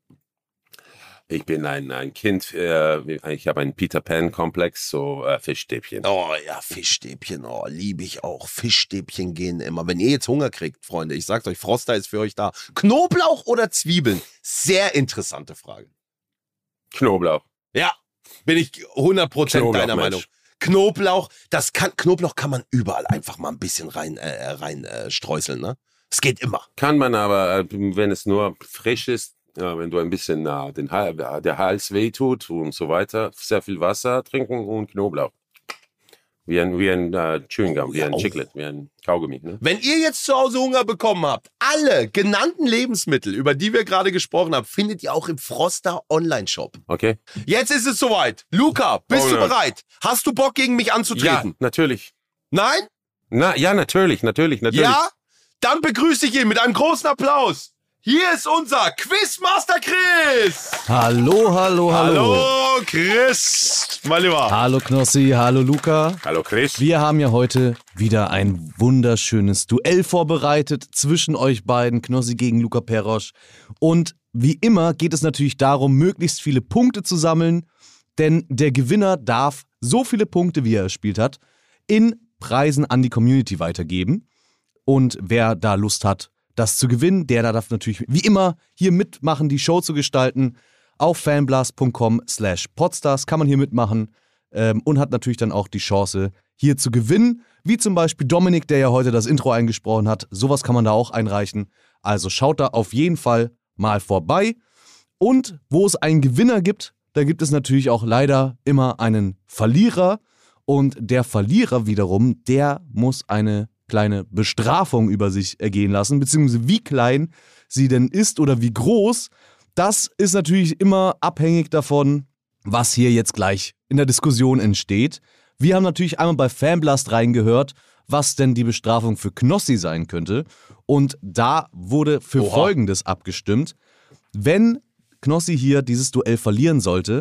Ich bin ein Kind, ich habe einen Peter Pan-Komplex, so Fischstäbchen. Oh ja, Fischstäbchen, liebe ich auch. Fischstäbchen gehen immer. Wenn ihr jetzt Hunger kriegt, Freunde, ich sag's euch, Froster ist für euch da. Knoblauch oder Zwiebeln? Sehr interessante Frage. Knoblauch. Ja, bin ich 100% deiner Mensch. Meinung. Knoblauch kann man überall einfach mal ein bisschen rein streuseln, ne? Es geht immer. Kann man aber, wenn es nur frisch ist, wenn du ein bisschen der Hals wehtut und so weiter, sehr viel Wasser trinken und Knoblauch. Wie ein Chewing Gum, wie ein Chiclet, wie ein Kaugummi. Ne? Wenn ihr jetzt zu Hause Hunger bekommen habt, alle genannten Lebensmittel, über die wir gerade gesprochen haben, findet ihr auch im Froster Online-Shop. Okay? Jetzt ist es soweit. Luca, bist du nein. bereit? Hast du Bock, gegen mich Ja, anzutreten? natürlich. Nein? Ja, natürlich. Ja? Dann begrüße ich ihn mit einem großen Applaus. Hier ist unser Quizmaster Chris. Hallo. Hallo, Chris, mein Lieber. Hallo Knossi, hallo Luca. Hallo Chris. Wir haben ja heute wieder ein wunderschönes Duell vorbereitet zwischen euch beiden, Knossi gegen Luca Perosch. Und wie immer geht es natürlich darum, möglichst viele Punkte zu sammeln, denn der Gewinner darf so viele Punkte, wie er erspielt hat, in Preisen an die Community weitergeben. Und wer da Lust hat, das zu gewinnen, der darf natürlich wie immer hier mitmachen, die Show zu gestalten. Auf fanblast.com/podstars kann man hier mitmachen und hat natürlich dann auch die Chance, hier zu gewinnen. Wie zum Beispiel Dominik, der ja heute das Intro eingesprochen hat. Sowas kann man da auch einreichen. Also schaut da auf jeden Fall mal vorbei. Und wo es einen Gewinner gibt, da gibt es natürlich auch leider immer einen Verlierer. Und der Verlierer wiederum, der muss eine kleine Bestrafung über sich ergehen lassen, beziehungsweise wie klein sie denn ist oder wie groß, das ist natürlich immer abhängig davon, was hier jetzt gleich in der Diskussion entsteht. Wir haben natürlich einmal bei Fanblast reingehört, was denn die Bestrafung für Knossi sein könnte, und da wurde für Folgendes abgestimmt: Wenn Knossi hier dieses Duell verlieren sollte,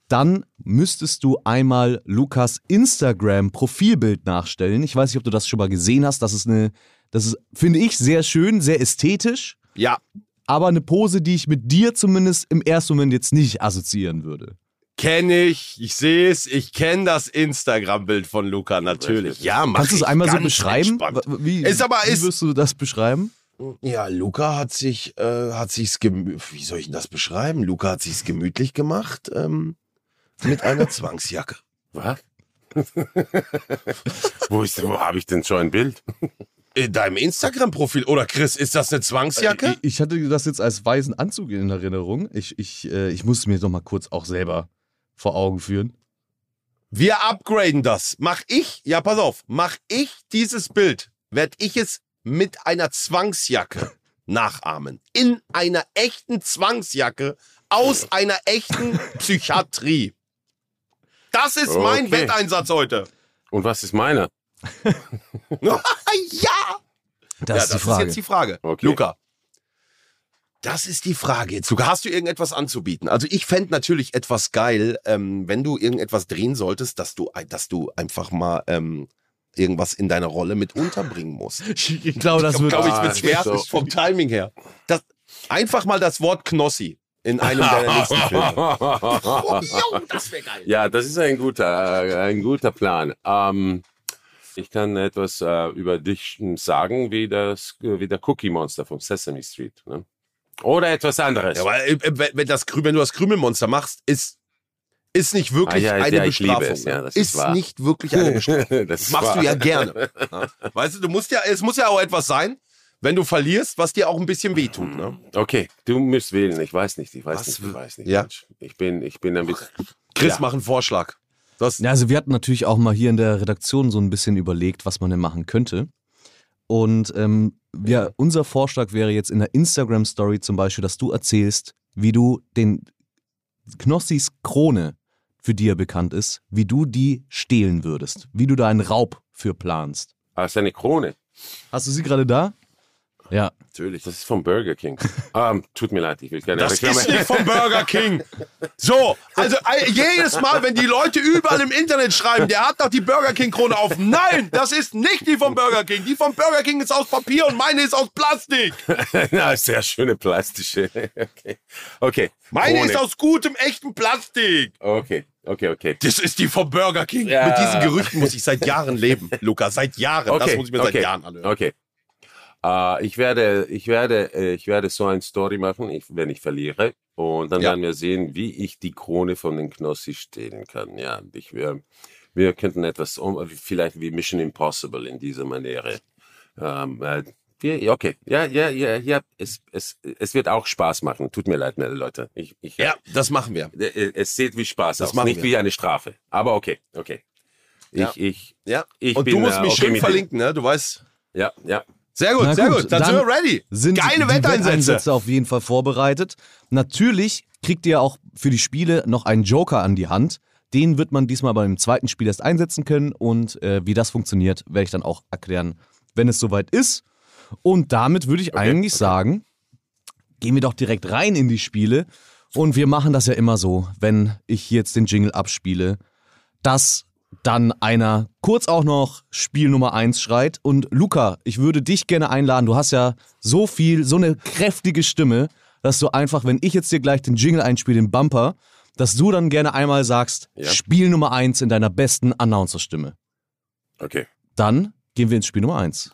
dann müsstest du einmal Lukas Instagram-Profilbild nachstellen. Ich weiß nicht, ob du das schon mal gesehen hast. Das ist, finde ich, sehr schön, sehr ästhetisch. Ja. Aber eine Pose, die ich mit dir zumindest im ersten Moment jetzt nicht assoziieren würde. Kenne ich sehe es, ich kenne das Instagram-Bild von Luca natürlich. Ja, kannst du es einmal so beschreiben? Wie wirst du das beschreiben? Ja, Luca hat sich's wie soll ich denn das beschreiben? Luca hat sich's gemütlich gemacht mit einer Zwangsjacke. Was? Wo habe ich denn schon ein Bild? In deinem Instagram-Profil. Oder Chris, ist das eine Zwangsjacke? Ich hatte das jetzt als weißen Anzug in Erinnerung. Ich muss mir doch mal kurz auch selber vor Augen führen. Wir upgraden das. Mach ich dieses Bild, werde ich es mit einer Zwangsjacke nachahmen. In einer echten Zwangsjacke aus einer echten Psychiatrie. Das ist mein Wetteinsatz heute. Und was ist meiner? Ja! Das ist jetzt die Frage. Okay. Luca, das ist die Frage jetzt. Hast du irgendetwas anzubieten? Also ich fände natürlich etwas geil, wenn du irgendetwas drehen solltest, dass du einfach mal irgendwas in deiner Rolle mit unterbringen musst. Ich glaube, das wird schwer vom Timing her. Einfach mal das Wort Knossi in einem deiner nächsten Filme. Das wäre geil. Ja, das ist ein guter Plan. Ich kann etwas über dich sagen, wie der Cookie Monster vom Sesame Street. Ne? Oder etwas anderes. Ja, weil wenn du das Krümelmonster machst, ist nicht wirklich eine Bestrafung. Ist nicht wirklich eine Bestrafung. Das machst du ja gerne. Weißt du, es muss ja auch etwas sein, wenn du verlierst, was dir auch ein bisschen wehtut. Ne? Okay, du musst wählen. Ich weiß nicht. Ja. Ich bin ein bisschen... Chris, mach einen Vorschlag. Also wir hatten natürlich auch mal hier in der Redaktion so ein bisschen überlegt, was man denn machen könnte. Und unser Vorschlag wäre jetzt in der Instagram-Story zum Beispiel, dass du erzählst, wie du den Knossis Krone, für die er bekannt ist, wie du die stehlen würdest. Wie du da einen Raub für planst. Hast du eine Krone? Hast du sie gerade da? Ja. Natürlich, das ist vom Burger King. Tut mir leid, ich will keine Das ist nicht vom Burger King. So, also jedes Mal, wenn die Leute überall im Internet schreiben, der hat doch die Burger King Krone auf. Nein, das ist nicht die vom Burger King. Die vom Burger King ist aus Papier und meine ist aus Plastik. Na, sehr schöne plastische. Okay. Meine Krone. ist aus gutem, echtem Plastik. Okay. Das ist die vom Burger King. Ja. Mit diesen Gerüchten muss ich seit Jahren leben, Luca. Seit Jahren. Das muss ich mir seit Jahren anhören. Okay. Ich werde so eine Story machen, wenn ich verliere. Und dann werden wir sehen, wie ich die Krone von den Knossi stehlen kann. Ja, wir könnten etwas, vielleicht wie Mission Impossible in dieser Maniere. Okay. Ja. Es wird auch Spaß machen. Tut mir leid, Leute. Das machen wir. Es sieht wie Spaß aus, nicht wir. wie eine Strafe. Aber okay. Ich Und du musst mich schön verlinken, ne? Du weißt. Ja. Sehr gut. Dann sind wir ready. Geile Wetteinsätze auf jeden Fall vorbereitet. Natürlich kriegt ihr auch für die Spiele noch einen Joker an die Hand. Den wird man diesmal beim zweiten Spiel erst einsetzen können. Und wie das funktioniert, werde ich dann auch erklären, wenn es soweit ist. Und damit würde ich eigentlich sagen, gehen wir doch direkt rein in die Spiele. Und wir machen das ja immer so, wenn ich jetzt den Jingle abspiele, dass dann einer kurz auch noch Spiel Nummer 1 schreit. Und Luca, ich würde dich gerne einladen. Du hast ja so eine kräftige Stimme, dass du einfach, wenn ich jetzt dir gleich den Jingle einspiele, den Bumper, dass du dann gerne einmal sagst, Spiel Nummer 1 in deiner besten Announcer-Stimme. Okay. Dann gehen wir ins Spiel Nummer 1.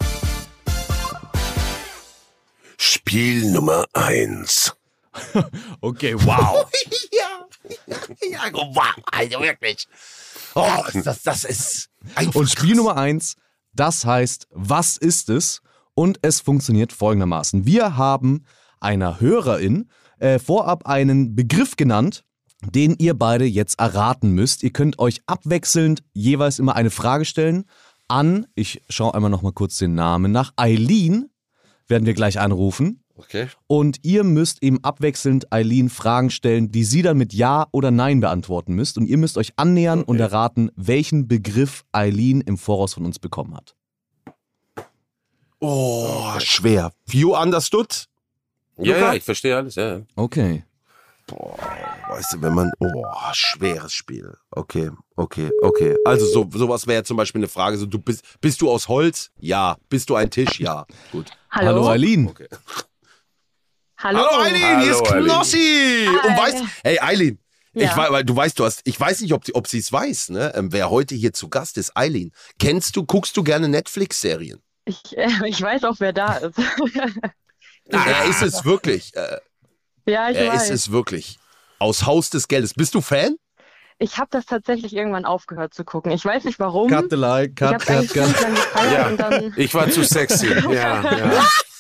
Spiel Nummer 1. Okay, wow. Ja, wow, also wirklich. Oh, das ist einfach. Und Spiel Nummer 1, das heißt, was ist es? Und es funktioniert folgendermaßen. Wir haben einer Hörerin vorab einen Begriff genannt, den ihr beide jetzt erraten müsst. Ihr könnt euch abwechselnd jeweils immer eine Frage stellen an, ich schaue einmal noch mal kurz den Namen nach, Eileen werden wir gleich anrufen. Okay. Und ihr müsst eben abwechselnd Eileen Fragen stellen, die sie dann mit Ja oder Nein beantworten müsst. Und ihr müsst euch annähern und erraten, welchen Begriff Eileen im Voraus von uns bekommen hat. Oh, schwer. You understood? Ja, ich verstehe alles, ja. Okay. Boah, weißt du, wenn man... Oh, schweres Spiel. Okay. Also sowas wäre zum Beispiel eine Frage. So, bist du aus Holz? Ja. Bist du ein Tisch? Ja. Gut. Hallo Eileen. Okay. Hallo Eileen, hier ist Knossi. Hi. Und weißt, hey Eileen, Ja. ich weiß nicht, ob sie es weiß, ne? Wer heute hier zu Gast ist, Eileen. Guckst du gerne Netflix-Serien? Ich weiß auch, wer da ist. Er ist es wirklich. Ja, ich Er weiß. ist es wirklich. Aus Haus des Geldes. Bist du Fan? Ich habe das tatsächlich irgendwann aufgehört zu gucken. Ich weiß nicht warum. Cut the light, Ich cut. habe eigentlich ganz lange gefeiert Ja. und dann... Ich war zu sexy. Ja.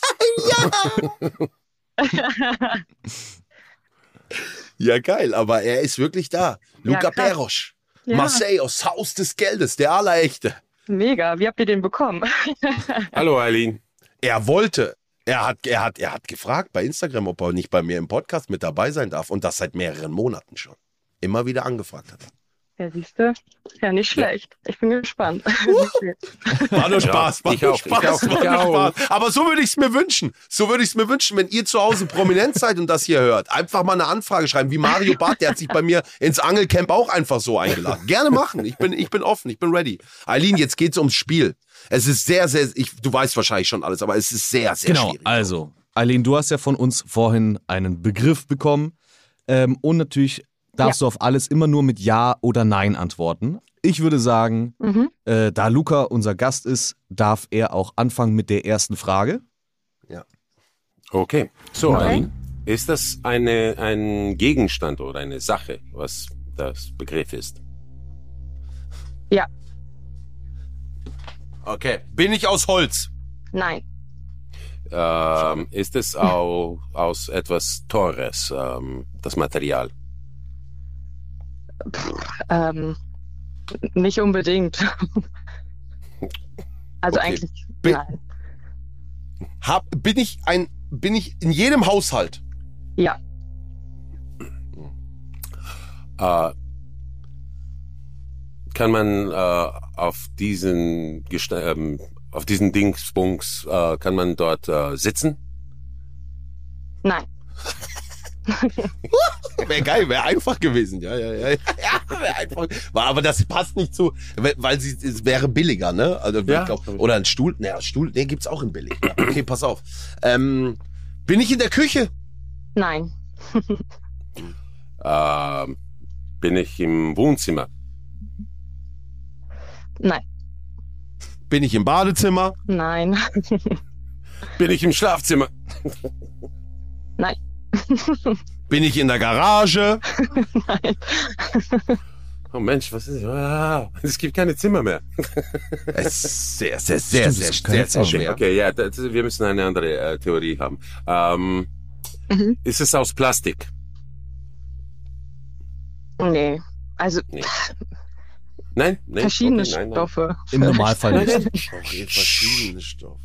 Ja, geil, aber er ist wirklich da. Luca krass. Perosch. Ja. Marseille aus Haus des Geldes, der Allerechte. Mega. Wie habt ihr den bekommen? Hallo Eileen. Er hat gefragt bei Instagram, ob er nicht bei mir im Podcast mit dabei sein darf und das seit mehreren Monaten schon. Immer wieder angefragt hat. Ja, siehst du? Ja, nicht schlecht. Ich bin gespannt. War nur Spaß, ich auch. Spaß. Aber so würde ich es mir wünschen. Wenn ihr zu Hause prominent seid und das hier hört. Einfach mal eine Anfrage schreiben, wie Mario Barth, der hat sich bei mir ins Angelcamp auch einfach so eingeladen. Gerne machen. Ich bin offen, ich bin ready. Eileen, jetzt geht's ums Spiel. Es ist sehr, sehr, du weißt wahrscheinlich schon alles, aber es ist sehr, sehr Genau, schwierig. also, Eileen, du hast ja von uns vorhin einen Begriff bekommen und natürlich darfst du auf alles immer nur mit Ja oder Nein antworten. Ich würde sagen, da Luca unser Gast ist, darf er auch anfangen mit der ersten Frage. Okay. So, Okay. Eileen. Ist das ein Gegenstand oder eine Sache, was das Begriff ist? Ja, Okay. Bin ich aus Holz? nein. Ist es auch aus etwas Teures, das Material? Nicht unbedingt. Also Okay. eigentlich, Bin- nein. Bin ich in jedem Haushalt? Ja, Kann man auf diesen Dingsbums, kann man dort sitzen? nein. Wäre geil, wäre einfach gewesen. Ja, wäre einfach. Aber das passt nicht zu, weil es wäre billiger, ne? Also, Ja. ich glaub, oder ein Stuhl. Nee, gibt's auch in billig. Ja, okay, pass auf. Bin ich in der Küche? Nein. Bin ich im Wohnzimmer? Nein. Bin ich im Badezimmer? Nein. Bin ich im Schlafzimmer? Nein. Bin ich in der Garage? Nein. Oh Mensch, was ist? Es gibt keine Zimmer mehr. Es ist sehr, sehr, sehr, sehr, sehr, sehr schwer. Okay, ja, wir müssen eine andere Theorie haben. Ist es aus Plastik? Nee. Also Nee. Nein? verschiedene Okay, nein. Stoffe. Im Normalfall nicht. Okay, verschiedene Stoffe.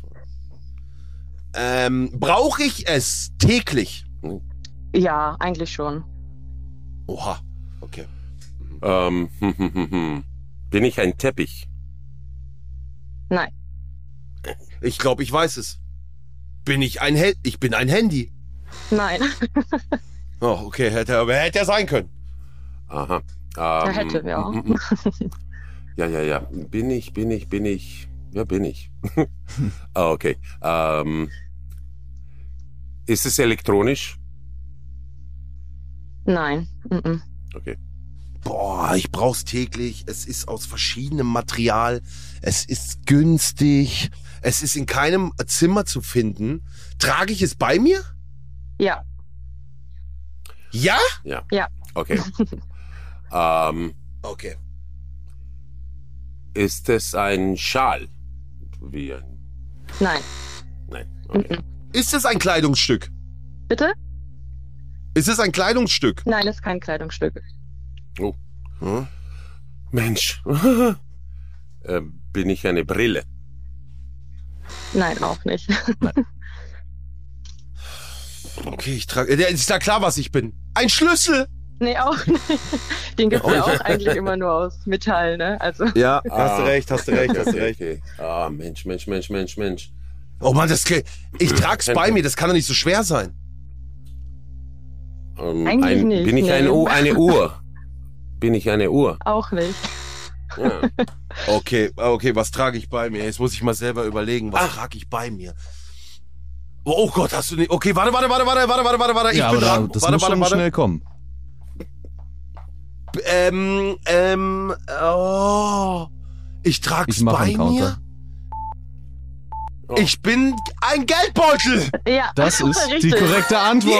Brauche ich es täglich? Ja, eigentlich schon. Oha. Okay. Bin ich ein Teppich? Nein. Ich glaube, ich weiß es. Ich bin ein Handy. Nein. Oh, okay, hätte ja sein können. Aha. Hätte, ja. Ja. Bin ich? Ja, bin ich. Okay. Ist es elektronisch? Nein. Mhm. Okay. Boah, ich brauch's täglich. Es ist aus verschiedenem Material. Es ist günstig. Es ist in keinem Zimmer zu finden. Trage ich es bei mir? Ja. Ja? Ja. Ja. Okay. Okay. Ist es ein Schal? Wie ein... Nein. Nein. Okay. Ist es ein Kleidungsstück? Bitte? Ist es ein Kleidungsstück? Nein, ist kein Kleidungsstück. Oh. Hm? Mensch. Bin ich eine Brille? Nein, auch nicht. Okay, ich trage. Ist da klar, was ich bin? Ein Schlüssel! Nee, auch nicht. Den gibt's ja auch eigentlich immer nur aus Metall, ne? Also. Ja, hast du recht. Okay. Ah, Mensch. Oh Mann, ich trag's bei mir, das kann doch nicht so schwer sein. Eigentlich nicht. Bin ich eine Uhr? Bin ich eine Uhr? Auch nicht. Ja. Okay, was trage ich bei mir? Jetzt muss ich mal selber überlegen, was trage ich bei mir? Oh Gott, hast du nicht... Okay, warte. Ich Ja, bin aber dran. das muss schon schnell kommen. Ich trage Ich es mache bei einen Counter. mir. Ich bin ein Geldbeutel. Ja, Das ist die richtig. korrekte Antwort.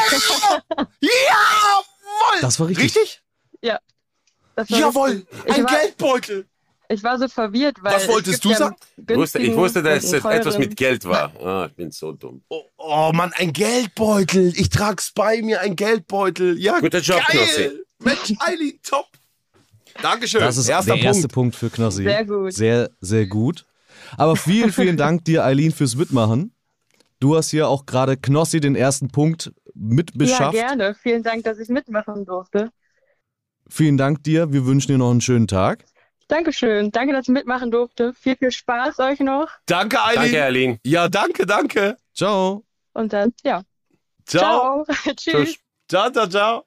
Jawohl. Das war richtig. Richtig? Ja. Das war Jawohl. richtig. Ein Geldbeutel. Ich war so verwirrt, weil. Was wolltest du sagen? Ich wusste, dass es etwas teuren. mit Geld war. Ich bin so dumm. Oh Mann, ein Geldbeutel. Ich trag's bei mir, ein Geldbeutel. Ja, Guter Job, geil. Knossi. Mensch, Eileen, top. Dankeschön. Das ist der erste Punkt für Knossi. Sehr gut. Sehr, sehr gut. Aber vielen, vielen Dank dir, Eileen, fürs Mitmachen. Du hast hier auch gerade Knossi den ersten Punkt mitbeschafft. Ja, gerne. Vielen Dank, dass ich mitmachen durfte. Vielen Dank dir. Wir wünschen dir noch einen schönen Tag. Dankeschön. Danke, dass ich mitmachen durfte. Viel Spaß euch noch. Danke, Eileen. Danke, Eileen. Ja, danke. Ciao. Und dann, ja. Ciao. Tschüss. Ciao.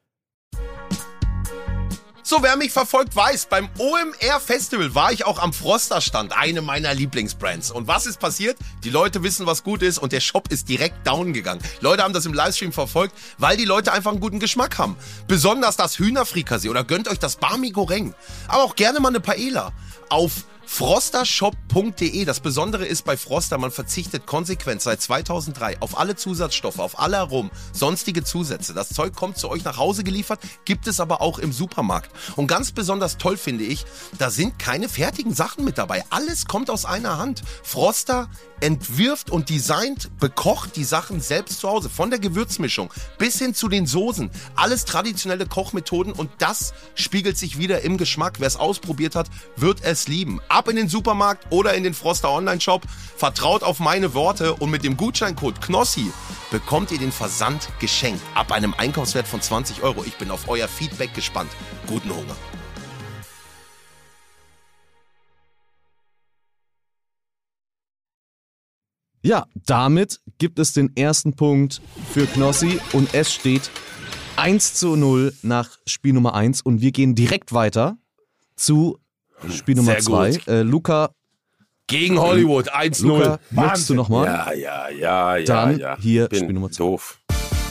So, wer mich verfolgt, weiß, beim OMR Festival war ich auch am Froster-Stand, eine meiner Lieblingsbrands. Und was ist passiert? Die Leute wissen, was gut ist und der Shop ist direkt down gegangen. Leute haben das im Livestream verfolgt, weil die Leute einfach einen guten Geschmack haben. Besonders das Hühnerfrikassee oder gönnt euch das Barmi Goreng. Aber auch gerne mal eine Paella. Auf frostershop.de. Das Besondere ist bei Froster, man verzichtet konsequent seit 2003 auf alle Zusatzstoffe, auf alle Aromen, sonstige Zusätze. Das Zeug kommt zu euch nach Hause geliefert, gibt es aber auch im Supermarkt. Und ganz besonders toll finde ich, da sind keine fertigen Sachen mit dabei. Alles kommt aus einer Hand. Froster entwirft und designt, bekocht die Sachen selbst zu Hause. Von der Gewürzmischung bis hin zu den Soßen. Alles traditionelle Kochmethoden und das spiegelt sich wieder im Geschmack. Wer es ausprobiert hat, wird es lieben. Ab in den Supermarkt oder in den Froster Online-Shop. Vertraut auf meine Worte und mit dem Gutscheincode KNOSSI bekommt ihr den Versand geschenkt. Ab einem Einkaufswert von 20 €. Ich bin auf euer Feedback gespannt. Guten Hunger. Ja, damit gibt es den ersten Punkt für Knossi und es steht 1:0 nach Spiel Nummer 1 und wir gehen direkt weiter zu Spiel Nummer 2. Luca. Gegen Hollywood, 1:0. Luca, möchtest du nochmal? Ja. Dann hier Bin Spiel Nummer 2. Doof.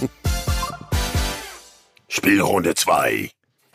Spielrunde 2.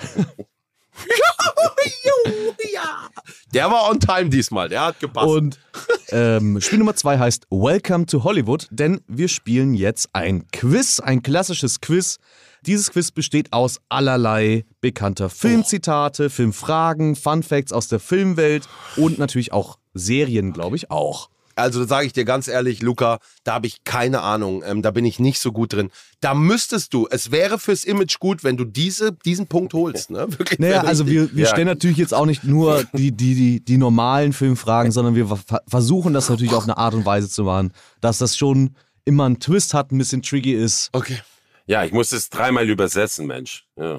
Ja. Der war on time diesmal, der hat gepasst. Und Spiel Nummer 2 heißt Welcome to Hollywood, denn wir spielen jetzt ein Quiz, ein klassisches Quiz. Dieses Quiz besteht aus allerlei bekannter Filmzitate, Filmfragen, Funfacts aus der Filmwelt und natürlich auch Serien, glaube ich, auch. Also da sage ich dir ganz ehrlich, Luca, da habe ich keine Ahnung, da bin ich nicht so gut drin. Da müsstest du, es wäre fürs Image gut, wenn du diesen Punkt holst. Ne? Wirklich, naja, also wir stellen natürlich jetzt auch nicht nur die normalen Filmfragen, sondern wir versuchen das natürlich auf eine Art und Weise zu machen, dass das schon immer einen Twist hat, ein bisschen tricky ist. Okay. Ja, ich muss es 3-mal übersetzen, Mensch. Ja.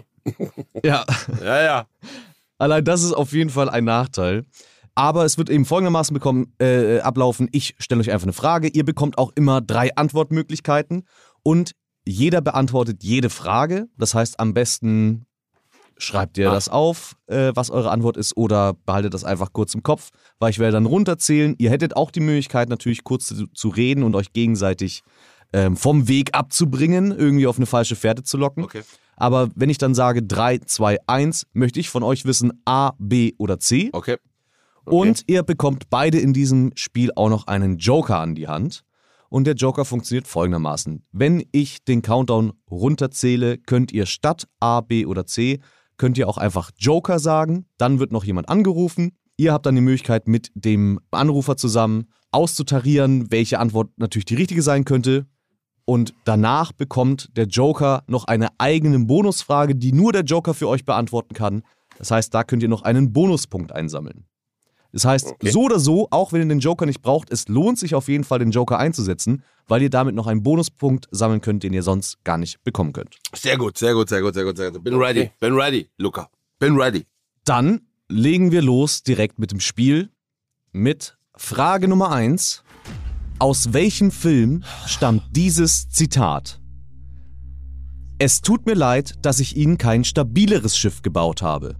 Ja. Allein das ist auf jeden Fall ein Nachteil. Aber es wird eben folgendermaßen ablaufen. Ich stelle euch einfach eine Frage. Ihr bekommt auch immer 3 Antwortmöglichkeiten und jeder beantwortet jede Frage. Das heißt, am besten schreibt ihr das auf, was eure Antwort ist, oder behaltet das einfach kurz im Kopf, weil ich werde dann runterzählen. Ihr hättet auch die Möglichkeit, natürlich kurz zu reden und euch gegenseitig vom Weg abzubringen, irgendwie auf eine falsche Fährte zu locken. Okay. Aber wenn ich dann sage 3, 2, 1, möchte ich von euch wissen A, B oder C. Okay. Und ihr bekommt beide in diesem Spiel auch noch einen Joker an die Hand. Und der Joker funktioniert folgendermaßen. Wenn ich den Countdown runterzähle, könnt ihr statt A, B oder C, könnt ihr auch einfach Joker sagen. Dann wird noch jemand angerufen. Ihr habt dann die Möglichkeit, mit dem Anrufer zusammen auszutarieren, welche Antwort natürlich die richtige sein könnte. Und danach bekommt der Joker noch eine eigene Bonusfrage, die nur der Joker für euch beantworten kann. Das heißt, da könnt ihr noch einen Bonuspunkt einsammeln. Das heißt, so oder so, auch wenn ihr den Joker nicht braucht, es lohnt sich auf jeden Fall, den Joker einzusetzen, weil ihr damit noch einen Bonuspunkt sammeln könnt, den ihr sonst gar nicht bekommen könnt. Sehr gut. Bin ready, Luca. Bin ready. Dann legen wir los direkt mit dem Spiel mit Frage Nummer 1. Aus welchem Film stammt dieses Zitat? Es tut mir leid, dass ich Ihnen kein stabileres Schiff gebaut habe.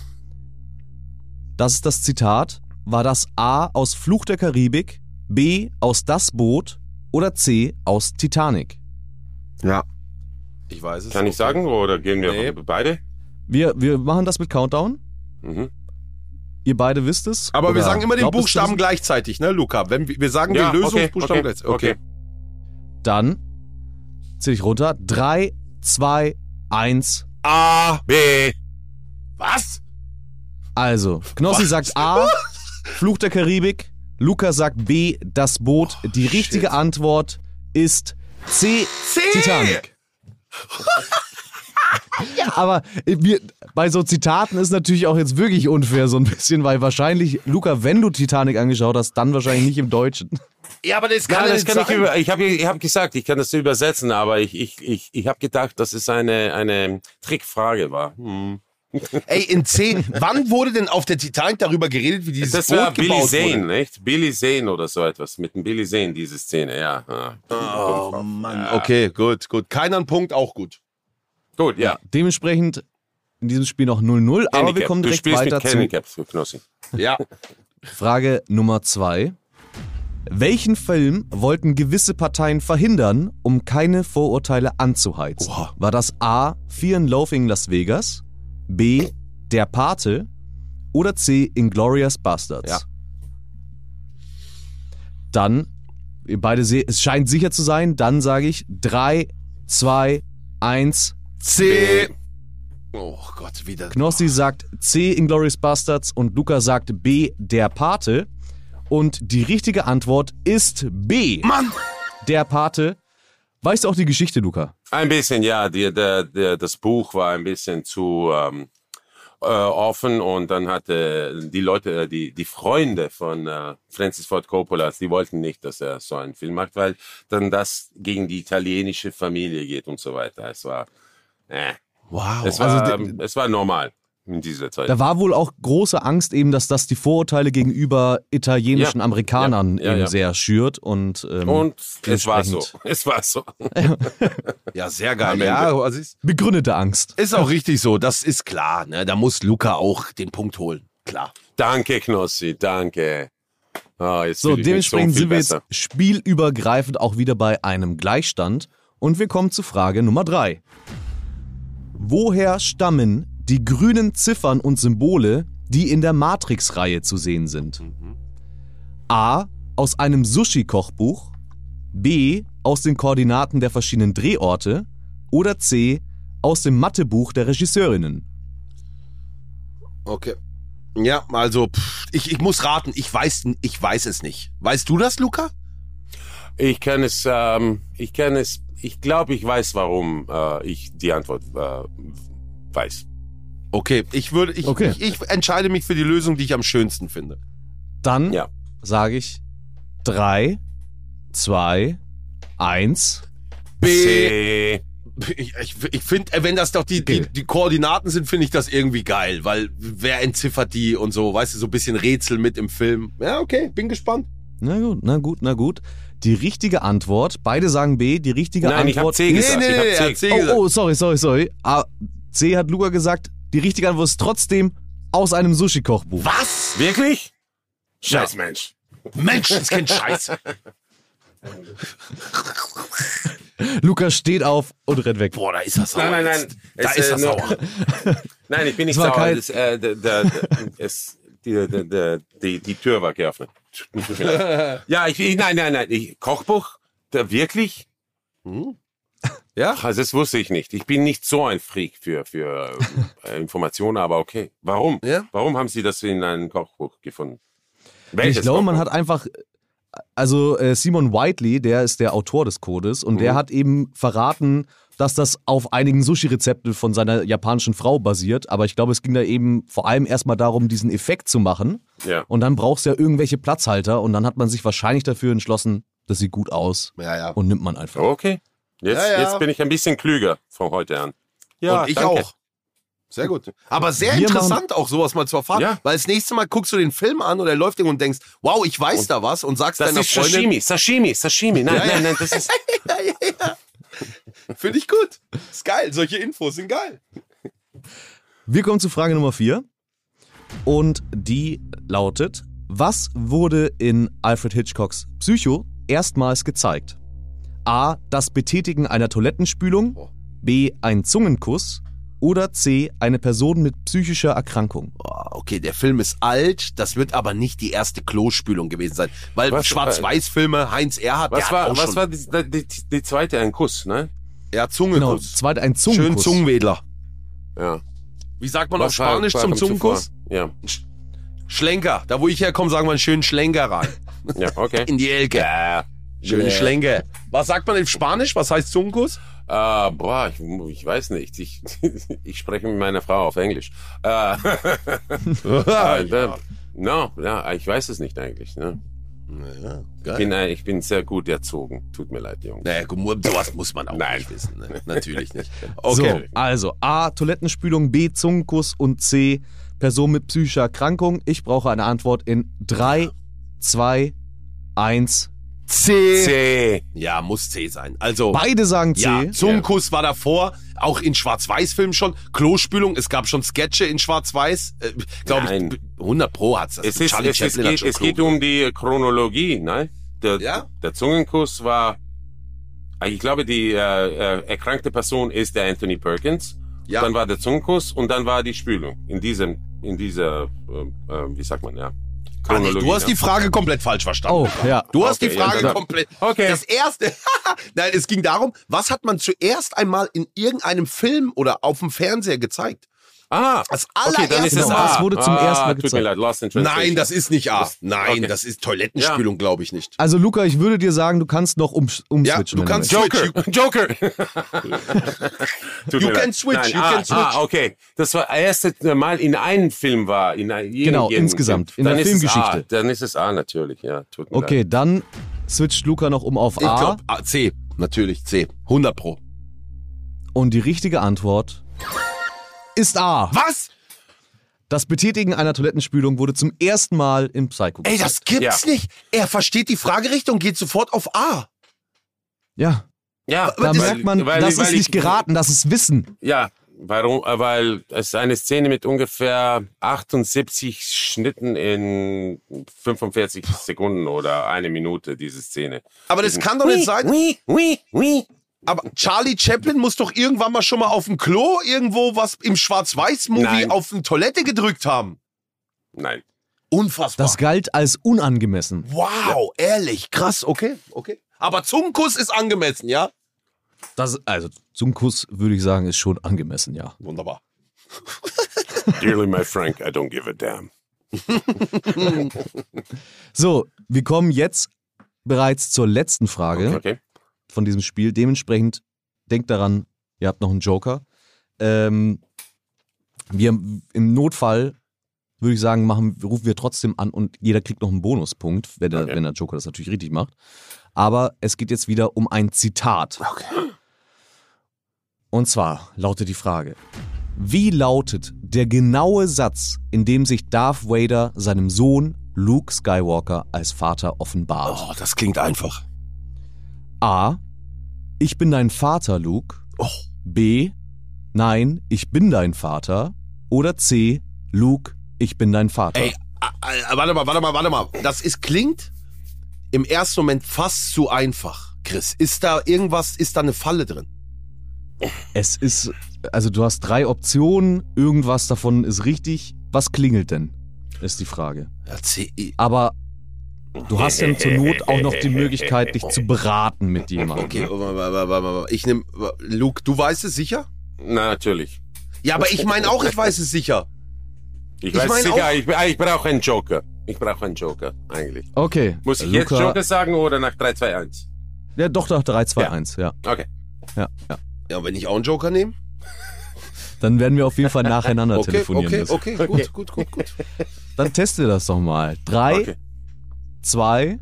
Das ist das Zitat. War das A aus Fluch der Karibik, B aus Das Boot oder C aus Titanic? Ja. Ich weiß es. Kann ich sagen oder gehen wir beide? Wir machen das mit Countdown. Ihr beide wisst es. Aber wir sagen immer den Buchstaben gleichzeitig, ne, Luca? Wenn wir sagen den Lösungsbuchstaben gleichzeitig. Okay. Dann zähle ich runter. 3, 2, 1. A, B. Was? Also, Knossi sagt A, Fluch der Karibik. Luca sagt B, Das Boot. Die richtige Antwort ist C, Titanic. Ja. Aber bei so Zitaten ist natürlich auch jetzt wirklich unfair so ein bisschen, weil wahrscheinlich, Luca, wenn du Titanic angeschaut hast, dann wahrscheinlich nicht im Deutschen. Ja, aber das kann ich habe gesagt, ich kann das übersetzen, aber ich habe gedacht, dass es eine Trickfrage war. Ey, in 10, wann wurde denn auf der Titanic darüber geredet, wie dieses Boot gebaut wurde? Das war Billy Zane, nicht? Billy Zane oder so etwas. Mit dem Billy Zane, diese Szene, ja. Oh Mann, okay, gut. Keiner einen Punkt, auch gut. Gut, ja. Dementsprechend in diesem Spiel noch 0-0, aber wir kommen direkt weiter zu Knossi. Ja. Frage Nummer 2. Welchen Film wollten gewisse Parteien verhindern, um keine Vorurteile anzuheizen? War das A, Fear and Loathing Las Vegas, B, Der Pate oder C, Inglourious Basterds? Ja. Dann, ihr beide es scheint sicher zu sein, dann sage ich 3, 2, 1, C. Oh Gott, wieder. Knossi sagt C, Inglourious Basterds und Luca sagt B, Der Pate. Und die richtige Antwort ist B. Mann! Der Pate. Weißt du auch die Geschichte, Luca? Ein bisschen, ja. Das Buch war ein bisschen zu offen und dann hatte die Leute, die Freunde von Francis Ford Coppola, die wollten nicht, dass er so einen Film macht, weil dann das gegen die italienische Familie geht und so weiter. Es war, wow. Es war normal in dieser Zeit. Da war wohl auch große Angst eben, dass das die Vorurteile gegenüber italienischen Amerikanern eben sehr schürt und es war so. Es war so. Ja, sehr geil. Ja, also begründete Angst. Ist auch richtig so, das ist klar. Ne? Da muss Luca auch den Punkt holen. Klar. Danke, Knossi, danke. So, dementsprechend sind wir jetzt spielübergreifend auch wieder bei einem Gleichstand und wir kommen zu Frage Nummer 3. Woher stammen die grünen Ziffern und Symbole, die in der Matrix-Reihe zu sehen sind? A. Aus einem Sushi-Kochbuch, B. Aus den Koordinaten der verschiedenen Drehorte oder C. Aus dem Mathebuch der Regisseurinnen. Okay. Ja, also ich muss raten, ich weiß es nicht. Weißt du das, Luca? Ich glaube, ich weiß, warum ich die Antwort weiß. Okay, ich entscheide mich für die Lösung, die ich am schönsten finde. Dann sage ich 3, 2, 1. B. Ich finde, wenn das doch die Koordinaten sind, finde ich das irgendwie geil, weil wer entziffert die und so, weißt du, so ein bisschen Rätsel mit im Film. Ja, okay, bin gespannt. Na gut. Die richtige Antwort, beide sagen B, die richtige Antwort... Nein, ich habe C gesagt. Oh, sorry. C hat Luca gesagt, die richtige Antwort ist trotzdem aus einem Sushi-Kochbuch. Was? Wirklich? Scheiß Mensch. Menschenskind Scheiße. Lukas steht auf und rennt weg. Boah, da ist das sauer. Nein. Da ist das sauer. Nein, ich bin nicht sauer. Die Tür war geöffnet. Ja, nein. Kochbuch? Wirklich? Ja? Also das wusste ich nicht. Ich bin nicht so ein Freak für Informationen, aber okay. Warum? Ja? Warum haben Sie das in einem Kochbuch gefunden? Ich glaube, man hat einfach... Also Simon Whiteley, der ist der Autor des Codes und der hat eben verraten, dass das auf einigen Sushi-Rezepten von seiner japanischen Frau basiert. Aber ich glaube, es ging da eben vor allem erstmal darum, diesen Effekt zu machen. Ja. Und dann brauchst du ja irgendwelche Platzhalter und dann hat man sich wahrscheinlich dafür entschlossen, das sieht gut aus und nimmt man einfach. Okay, jetzt bin ich ein bisschen klüger von heute an. Ja, und ich danke. auch. Sehr gut. Aber sehr interessant auch sowas mal zu erfahren, weil das nächste Mal guckst du den Film an oder er läuft irgendwo und denkst, wow, ich weiß da was und sagst deiner Freundin... Sashimi. Nein, das ist... Finde ich gut. Ist geil. Solche Infos sind geil. Wir kommen zu Frage Nummer 4. Und die lautet: Was wurde in Alfred Hitchcocks Psycho erstmals gezeigt? A. Das Betätigen einer Toilettenspülung. B. Ein Zungenkuss. Oder C. Eine Person mit psychischer Erkrankung. Okay, der Film ist alt, das wird aber nicht die erste Klospülung gewesen sein. Weil Schwarz-Weiß-Filme, Heinz Erhardt, was war die zweite? Ein Kuss, ne? Ja, Genau, Zungenkuss. zweite ein Zungenkuss. Schön Zungenwedler. Ja. Wie sagt man auf Spanisch zum Zungenkuss? Ja. Schlenker. Da wo ich herkomme, sagen wir einen schönen Schlenker rein. Ja, okay. In die Elke. Ja. Schönen Schlenker. Was sagt man in Spanisch? Was heißt Zungenkuss? Ich weiß nicht. Ich spreche mit meiner Frau auf Englisch. Ich weiß es nicht eigentlich. Ne? Ja, geil. Ich bin sehr gut erzogen. Tut mir leid, Junge. Naja, sowas muss man auch nicht wissen. Ne? Natürlich nicht. Okay. So, also A. Toilettenspülung, B. Zungenkuss und C. Person mit psychischer Erkrankung. Ich brauche eine Antwort in 3, 2, 1. C. Ja, muss C sein. Also Beide sagen C. Ja, Zungenkuss war davor, auch in Schwarz-Weiß-Filmen schon. Klospülung, es gab schon Sketche in Schwarz-Weiß. Glaube ich, 100 Pro hat's das. Es geht um die Chronologie, ne? Der Zungenkuss war, ich glaube, die erkrankte Person ist der Anthony Perkins. Ja. Dann war der Zungenkuss und dann war die Spülung. In dieser, wie sagt man, ja. Du hast die Frage komplett falsch verstanden. Oh, ja. Du hast die Frage komplett. Okay. Das erste. Nein, es ging darum, was hat man zuerst einmal in irgendeinem Film oder auf dem Fernseher gezeigt? Das allererste. Okay, dann ist es Genau, A. das wurde zum ersten Mal Tut mir gezeigt. leid, Lost in Translation. Nein, das ist nicht A. Okay. Nein, das ist Toilettenspülung, glaube ich nicht. Also Luca, ich würde dir sagen, du kannst noch umswitchen. Ja, du kannst Joker. You can switch. Okay. Das war das erste Mal in einem Film war. Genau, insgesamt. In der Filmgeschichte. Dann ist es A natürlich, ja. Tut mir Okay, leid. dann switcht Luca noch um auf Ich A. glaube C. Natürlich C. 100 Pro. Und die richtige Antwort ist A. Was? Das Betätigen einer Toilettenspülung wurde zum ersten Mal im Psycho Ey, gezeigt. das gibt's nicht. Er versteht die Fragerichtung und geht sofort auf A. Ja, Ja, da merkt man, das ist nicht geraten, das ist Wissen. Ja, warum? Weil es ist eine Szene mit ungefähr 78 Schnitten in 45 Sekunden oder eine Minute, diese Szene. Aber das kann doch nicht sein. Aber Charlie Chaplin muss doch irgendwann mal schon mal auf dem Klo irgendwo was im Schwarz-Weiß-Movie Nein. auf eine Toilette gedrückt haben. Nein. Unfassbar. Das galt als unangemessen. Wow, ehrlich, krass, okay. Aber Zungenkuss ist angemessen, ja? Also zum Kuss würde ich sagen, ist schon angemessen, ja. Wunderbar. Dearly my Frank, I don't give a damn. So, wir kommen jetzt bereits zur letzten Frage Okay. von diesem Spiel. Dementsprechend denkt daran, ihr habt noch einen Joker. Wir im Notfall, würde ich sagen, rufen wir trotzdem an und jeder kriegt noch einen Bonuspunkt, wenn der Joker das natürlich richtig macht. Aber es geht jetzt wieder um ein Zitat. Okay. Und zwar lautet die Frage: Wie lautet der genaue Satz, in dem sich Darth Vader seinem Sohn Luke Skywalker als Vater offenbart? Oh, das klingt einfach. A. Ich bin dein Vater, Luke. B. Nein, ich bin dein Vater. Oder C. Luke, ich bin dein Vater. Ey, warte mal. Das klingt im ersten Moment fast zu einfach. Chris, ist da eine Falle drin? Es ist, also du hast 3 Optionen, irgendwas davon ist richtig. Was klingelt denn? Ist die Frage. Ja, Aber du hast ja zur Not auch noch die Möglichkeit, dich zu beraten mit jemandem. Okay, ich nehme Luke, du weißt es sicher? Na, natürlich. Ja, aber ich meine auch, ich weiß es sicher. Ich weiß sicher, ich brauche einen Joker. Ich brauche einen Joker, eigentlich. Okay. Muss ich Luca, jetzt Joker sagen oder nach 3, 2, 1? Ja, doch, nach 3, 2, 1, ja. Okay. Ja. Ja, wenn ich auch einen Joker nehme? Dann werden wir auf jeden Fall nacheinander telefonieren müssen. Okay, gut. Dann teste das doch mal. 3, 2,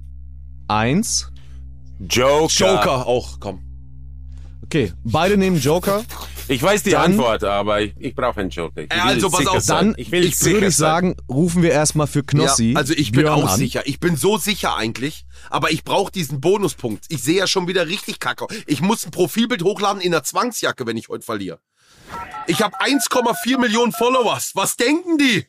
1. Joker. Joker auch, komm. Okay, beide nehmen Joker. Ich weiß die Antwort, aber ich brauche einen Joker. Also pass auf, Dann würde ich sagen, rufen wir erstmal für Knossi. Ja, also ich bin Björn auch an. sicher. Ich bin so sicher eigentlich. Aber ich brauche diesen Bonuspunkt. Ich sehe ja schon wieder richtig kacke. Ich muss ein Profilbild hochladen in einer Zwangsjacke, wenn ich heute verliere. Ich habe 1,4 Millionen Followers. Was denken die?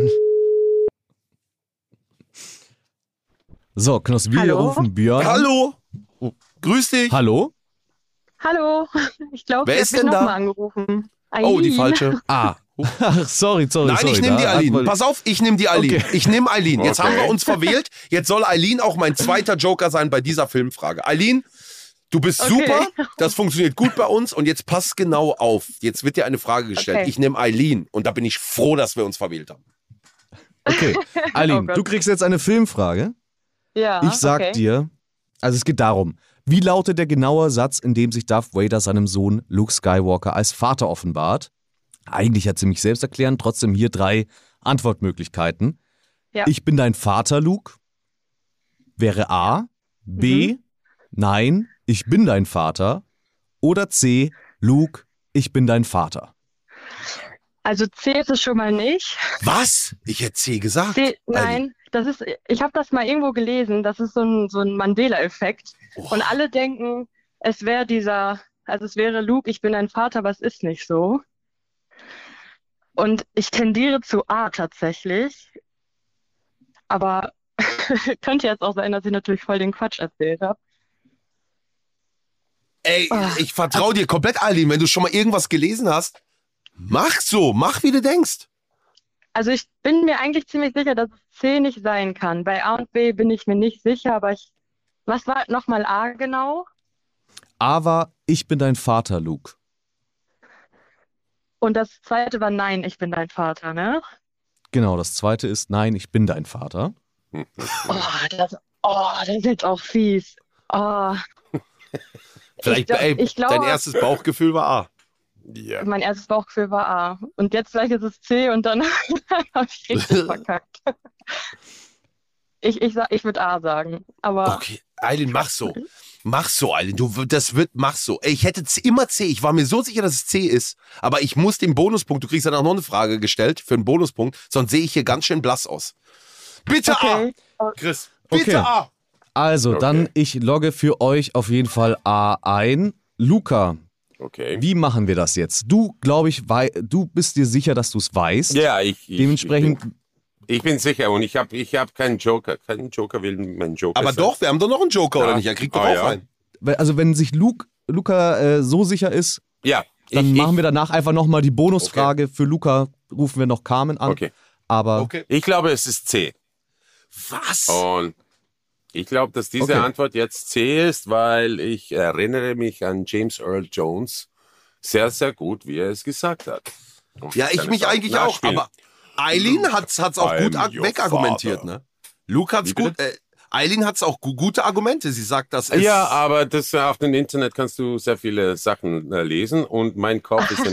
So, Knossi, wir Hallo? rufen Björn an. Hallo. Grüß dich. Hallo? Hallo, ich glaube, Wer ich ist bin denn da? nochmal angerufen. Oh, die Eileen. falsche. Ah. Ach, sorry. Nein, ich nehme die da Eileen. hat wohl- Pass auf, ich nehme die Eileen. Okay. Ich nehme Eileen. Jetzt Okay. haben wir uns verwählt. Jetzt soll Eileen auch mein zweiter Joker sein bei dieser Filmfrage. Eileen, du bist Okay. super. Das funktioniert gut bei uns. Und jetzt pass genau auf. Jetzt wird dir eine Frage gestellt. Okay. Ich nehme Eileen. Und da bin ich froh, dass wir uns verwählt haben. Okay, Eileen, Oh Gott. du kriegst jetzt eine Filmfrage. Ja, Ich sag okay. dir, also es geht darum, wie lautet der genaue Satz, in dem sich Darth Vader seinem Sohn Luke Skywalker als Vater offenbart? Eigentlich ja ziemlich selbsterklärend, trotzdem hier 3 Antwortmöglichkeiten. Ja. Ich bin dein Vater, Luke. Wäre A. B. Nein, ich bin dein Vater. Oder C. Luke, ich bin dein Vater. Also C ist es schon mal nicht. Was? Ich hätte C gesagt. C, Eileen. nein, ich habe das mal irgendwo gelesen, das ist so ein Mandela-Effekt. Oh. Und alle denken, es wäre Luke, ich bin dein Vater, aber es ist nicht so. Und ich tendiere zu A tatsächlich. Aber könnte jetzt auch sein, dass ich natürlich voll den Quatsch erzählt habe. Ey, Ah. ich vertraue dir komplett, Eileen. Wenn du schon mal irgendwas gelesen hast, mach so. Mach, wie du denkst. Also ich bin mir eigentlich ziemlich sicher, dass es C nicht sein kann. Bei A und B bin ich mir nicht sicher, aber was war nochmal A genau? A war, ich bin dein Vater, Luke. Und das zweite war Nein, ich bin dein Vater, ne? Genau, das zweite ist, nein, ich bin dein Vater. Das ist jetzt auch fies. Oh, Vielleicht, ich glaube, dein erstes Bauchgefühl war A. Ja. mein erstes Bauchgefühl war A. Und jetzt gleich ist es C und dann habe ich richtig verkackt. Ich würde A sagen. Aber Okay, Eileen, mach so. Mach so, Eileen. Mach so. Ey, ich hätte immer C. Ich war mir so sicher, dass es C ist. Aber ich muss den Bonuspunkt, du kriegst dann auch noch eine Frage gestellt für einen Bonuspunkt, sonst sehe ich hier ganz schön blass aus. Bitte okay. A. Chris, bitte Okay. A. Also, Okay. dann, ich logge für euch auf jeden Fall A ein. Luca, Okay. wie machen wir das jetzt? Du, glaube ich, du bist dir sicher, dass du es weißt. Ja, Dementsprechend, ich bin sicher und ich hab keinen Joker. Kein Joker will mein Joker Aber sein. doch, wir haben doch noch einen Joker, Ja. oder nicht? Er kriegt doch Ah, auch ja. einen. also wenn sich Luca so sicher ist, Ja. dann machen wir danach einfach nochmal die Bonusfrage. Für Luca rufen wir noch Carmen an. Okay. Aber Okay. Ich glaube, es ist C. Was? Und ich glaube, dass diese Okay. Antwort jetzt C ist, weil ich erinnere mich an James Earl Jones sehr, sehr gut, wie er es gesagt hat. Und Ja, ich kann mich es eigentlich auch. nachspielen. Aber Eileen hat's auch gut I'm your wegargumentiert, father. ne? Luke hat's Wie bitte? gut. Eileen hat's auch gute Argumente. Sie sagt, das ist. Ja, aber das auf dem Internet kannst du sehr viele Sachen lesen und mein Kopf ist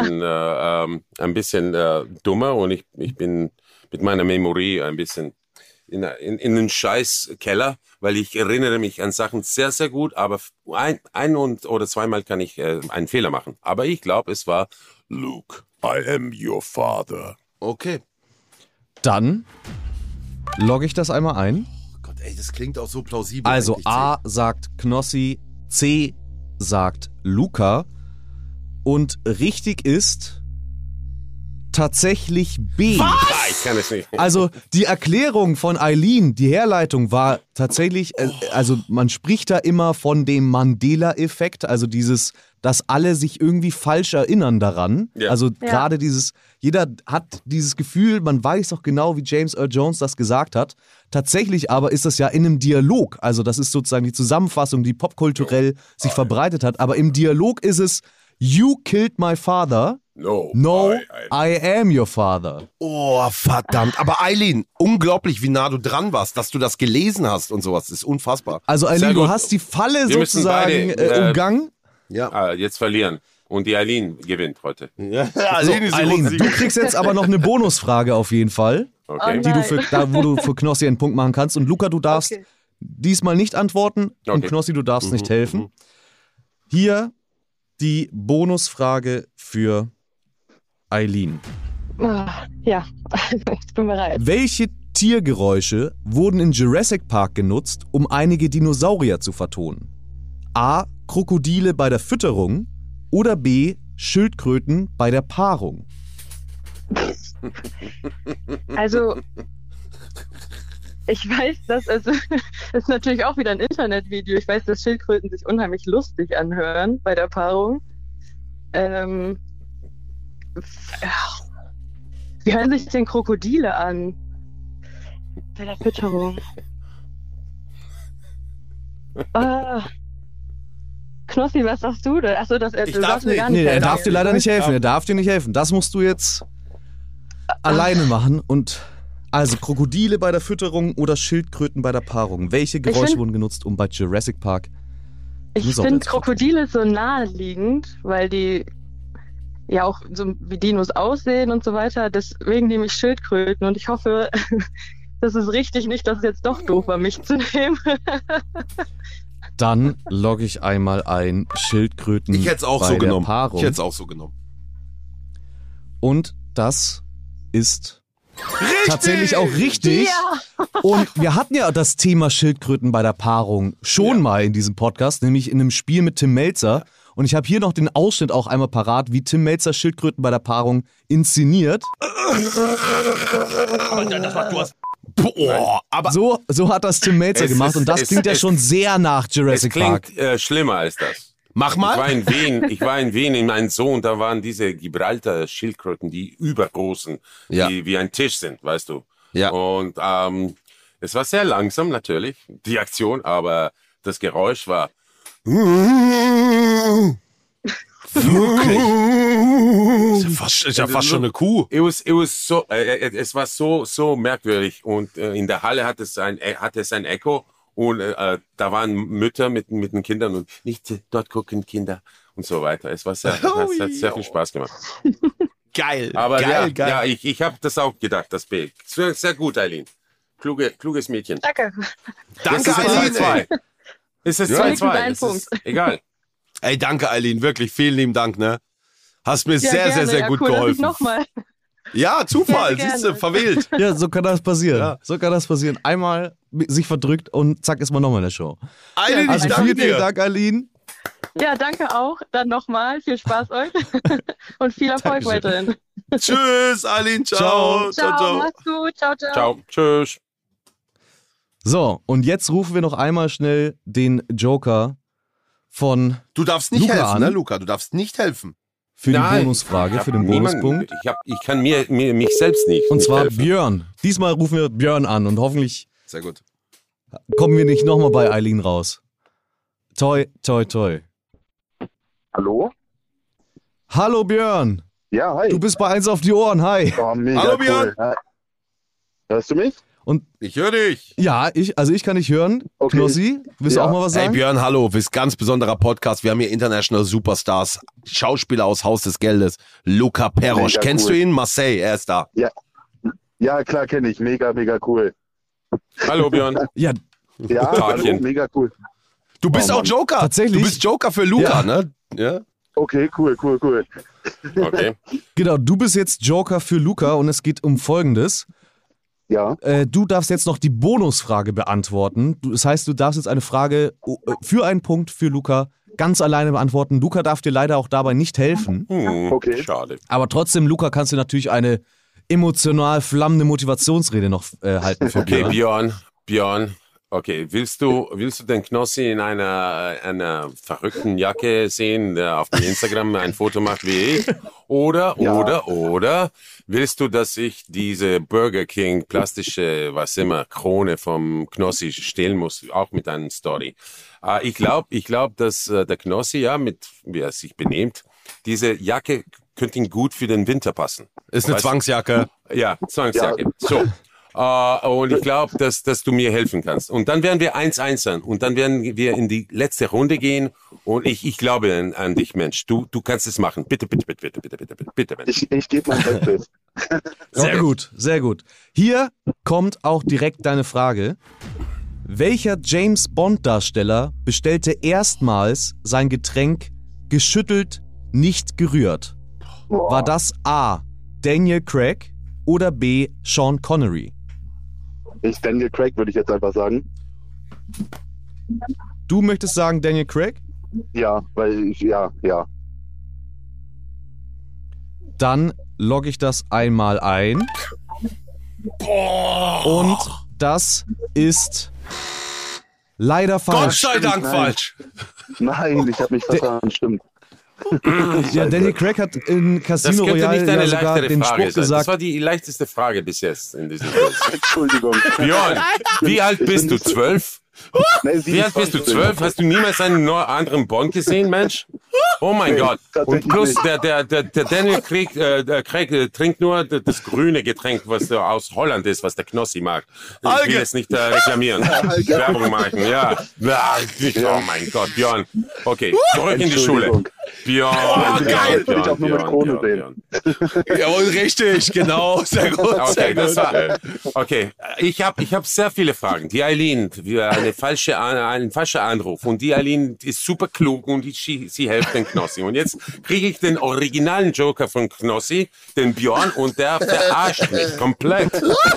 ein bisschen dummer und ich bin mit meiner Memory ein bisschen in den Scheißkeller, weil ich erinnere mich an Sachen sehr, sehr gut, aber ein oder zweimal kann ich einen Fehler machen. Aber ich glaube, es war Luke, I am your father. Okay. dann logge ich das einmal ein. Oh Gott, ey, das klingt auch so plausibel. Also eigentlich, A sagt Knossi, C sagt Luca und richtig ist tatsächlich B. Ah, ich kann es nicht. Also die Erklärung von Eileen, die Herleitung war tatsächlich, also man spricht da immer von dem Mandela-Effekt, also dieses, dass alle sich irgendwie falsch erinnern daran. Ja. Also gerade dieses, jeder hat dieses Gefühl, man weiß doch genau, wie James Earl Jones das gesagt hat. Tatsächlich aber ist das ja in einem Dialog, also das ist sozusagen die Zusammenfassung, die popkulturell sich verbreitet hat, aber im Dialog ist es, you killed my father. No, I am your father. Oh, verdammt. Aber Eileen, unglaublich, wie nah du dran warst, dass du das gelesen hast und sowas. Das ist unfassbar. Also Sehr Eileen, du gut. hast die Falle Wir müssen sozusagen beide, umgangen. Ja. Jetzt verlieren. Und die Eileen gewinnt heute. Eileen ist Eileen, du kriegst jetzt aber noch eine Bonusfrage auf jeden Fall, Okay. die du Nein. wo du für Knossi einen Punkt machen kannst. Und Luca, du darfst Okay. diesmal nicht antworten und Okay. Knossi, du darfst nicht helfen. Hier die Bonusfrage für Eileen. Ja, ich bin bereit. Welche Tiergeräusche wurden in Jurassic Park genutzt, um einige Dinosaurier zu vertonen? A. Krokodile bei der Fütterung oder B. Schildkröten bei der Paarung? Also, ich weiß, dass es ist natürlich auch wieder ein Internetvideo. Ich weiß, dass Schildkröten sich unheimlich lustig anhören bei der Paarung. Wie hören sich denn Krokodile an bei der Fütterung? Knossi, was sagst du denn? Achso, Ich darf nicht. Nee, er darf dir leider nicht helfen. Er darf dir nicht helfen. Das musst du jetzt alleine machen. Und also Krokodile bei der Fütterung oder Schildkröten bei der Paarung. Welche Geräusche wurden genutzt, um bei Jurassic Park? Ich finde Krokodile so naheliegend, weil die ja auch so wie Dinos aussehen und so weiter. Deswegen nehme ich Schildkröten und ich hoffe, das ist richtig, nicht, dass es jetzt doch doof war, mich zu nehmen. Dann logge ich einmal ein Schildkröten Ich hätte es auch bei so der genommen. Paarung. Ich hätte es auch so genommen. Und das ist tatsächlich auch richtig. Ja. Und wir hatten ja das Thema Schildkröten bei der Paarung schon mal in diesem Podcast, nämlich in einem Spiel mit Tim Melzer. Und ich habe hier noch den Ausschnitt auch einmal parat, wie Tim Melzer Schildkröten bei der Paarung inszeniert. Boah, aber So hat das Tim Melzer gemacht und das klingt ja schon sehr nach Es Jurassic Park. klingt schlimmer als das. mach Ich war mal. in Wien in meinem Zoo und da waren diese Gibraltar-Schildkröten, die übergroßen, Ja. die wie ein Tisch sind, weißt du. Ja. Und es war sehr langsam natürlich, die Aktion, aber das Geräusch war Ist ja fast schon eine Kuh. es war so merkwürdig und in der Halle hatte es ein Echo und da waren Mütter mit den Kindern und nicht dort gucken Kinder und so weiter. Es war es hat sehr viel Spaß gemacht. Geil. Aber geil. ja, ich habe das auch gedacht, das B. Sehr, sehr gut, Eileen. Kluges Mädchen. Danke. Jetzt Danke, ist es Eileen. 2-2. Es ist Wenigstens 2-2. ein Es ist Punkt. egal. Ey, danke, Eileen. Wirklich, vielen lieben Dank, ne? Hast mir Ja, sehr, gerne. sehr gut cool, geholfen. Nochmal. Ja, Zufall. Gerne, Siehst du, gerne. verwählt. Ja, so kann das passieren. Ja. So kann das passieren. Einmal sich verdrückt und zack ist man nochmal in der Show. Eileen, Also ich danke vielen dir. Dank, Eileen. Ja, danke auch. Dann nochmal. Viel Spaß euch. Und viel Erfolg Dankeschön. weiterhin. Tschüss, Eileen. Ciao. Ciao, mach's gut. Ciao, ciao. Ciao. Tschüss. So, und jetzt rufen wir noch einmal schnell den Joker von Du darfst nicht Luca helfen, an. ne, Luca? Du darfst nicht helfen. für die Nein. Bonusfrage, Ich für hab den niemanden- Bonuspunkt. Ich kann mich selbst nicht. Und nicht zwar helfen. Björn. Diesmal rufen wir Björn an und hoffentlich Sehr gut. kommen wir nicht nochmal bei Eileen raus. Toi, toi, toi. Hallo? Hallo Björn, Ja, hi. du bist bei 1 auf die Ohren, hi. Oh, mega Hallo, cool. Björn. Hi. Hörst du mich? Ich höre dich. Ja, ich kann dich hören. Okay. Knossi, willst du Ja. auch mal was Ey, sagen? Björn, hallo. Wir sind ganz besonderer Podcast. Wir haben hier International Superstars, Schauspieler aus Haus des Geldes. Luca Perrosch. Mega Kennst cool. du ihn? Marseille, er ist da. Ja, klar, kenne ich. Mega, mega cool. Hallo Björn. Ja, Ja, Tagchen. hallo, mega cool. Du bist Oh, auch Mann. Joker. Tatsächlich? Du bist Joker für Luca, Ja. ne? Ja. Okay, cool. Okay. genau, du bist jetzt Joker für Luca und es geht um Folgendes. Ja, Du darfst jetzt noch die Bonusfrage beantworten. Das heißt, du darfst jetzt eine Frage für einen Punkt für Luca ganz alleine beantworten. Luca darf dir leider auch dabei nicht helfen. Okay. Schade. Aber trotzdem, Luca, kannst du natürlich eine emotional flammende Motivationsrede noch halten für Okay, Björn. Björn. Okay, willst du den Knossi in einer verrückten Jacke sehen, der auf dem Instagram ein Foto macht wie ich? Oder willst du, dass ich diese Burger King plastische, was immer, Krone vom Knossi stehlen muss, auch mit einer Story? Ich glaube, dass der Knossi, ja, mit wie er sich benehmt, diese Jacke könnte ihn gut für den Winter passen. Ist eine Weißt du? Zwangsjacke. Ja, Zwangsjacke. So. Und ich glaube, dass du mir helfen kannst. Und dann werden wir 1-1 sein. Und dann werden wir in die letzte Runde gehen. Und ich glaube an dich, Mensch. Du kannst es machen. Bitte, Mensch. Ich gebe mein Bestes. Sehr gut, sehr gut. Hier kommt auch direkt deine Frage. Welcher James-Bond-Darsteller bestellte erstmals sein Getränk geschüttelt, nicht gerührt. Boah. War das A. Daniel Craig oder B. Sean Connery? Daniel Craig, würde ich jetzt einfach sagen. Du möchtest sagen Daniel Craig? Ja, weil ja. Dann logge ich das einmal ein. Und das ist leider falsch. Gott sei Dank falsch. Nein, ich habe mich vertan, stimmt. Ja, Daniel Craig hat in Das Casino könnte Royale nicht eine ja sogar leichtere den Frage Spruch sein. Das gesagt. war die leichteste Frage bis jetzt in diesem Quiz. Entschuldigung. Björn, wie alt bist du? 12? Nein, Wie alt bist du? 12? Hast du niemals einen anderen Bond gesehen, Mensch? Oh mein Gott. Und plus, der Daniel Craig trinkt nur das grüne Getränk, was aus Holland ist, was der Knossi mag. Ich will es nicht reklamieren. Werbung machen, ja. Oh mein Gott, Björn. Okay, zurück in die Schule. Björn, geil. Will ich auch nur mit Krone sehen. Jawohl, richtig, genau. Sehr gut. Okay, das war, okay. Ich hab sehr viele Fragen. Die Eileen, ein falscher Anruf. Und die Eileen ist super klug und sie hilft den Knossi. Und jetzt kriege ich den originalen Joker von Knossi, den Björn, und der verarscht mich komplett.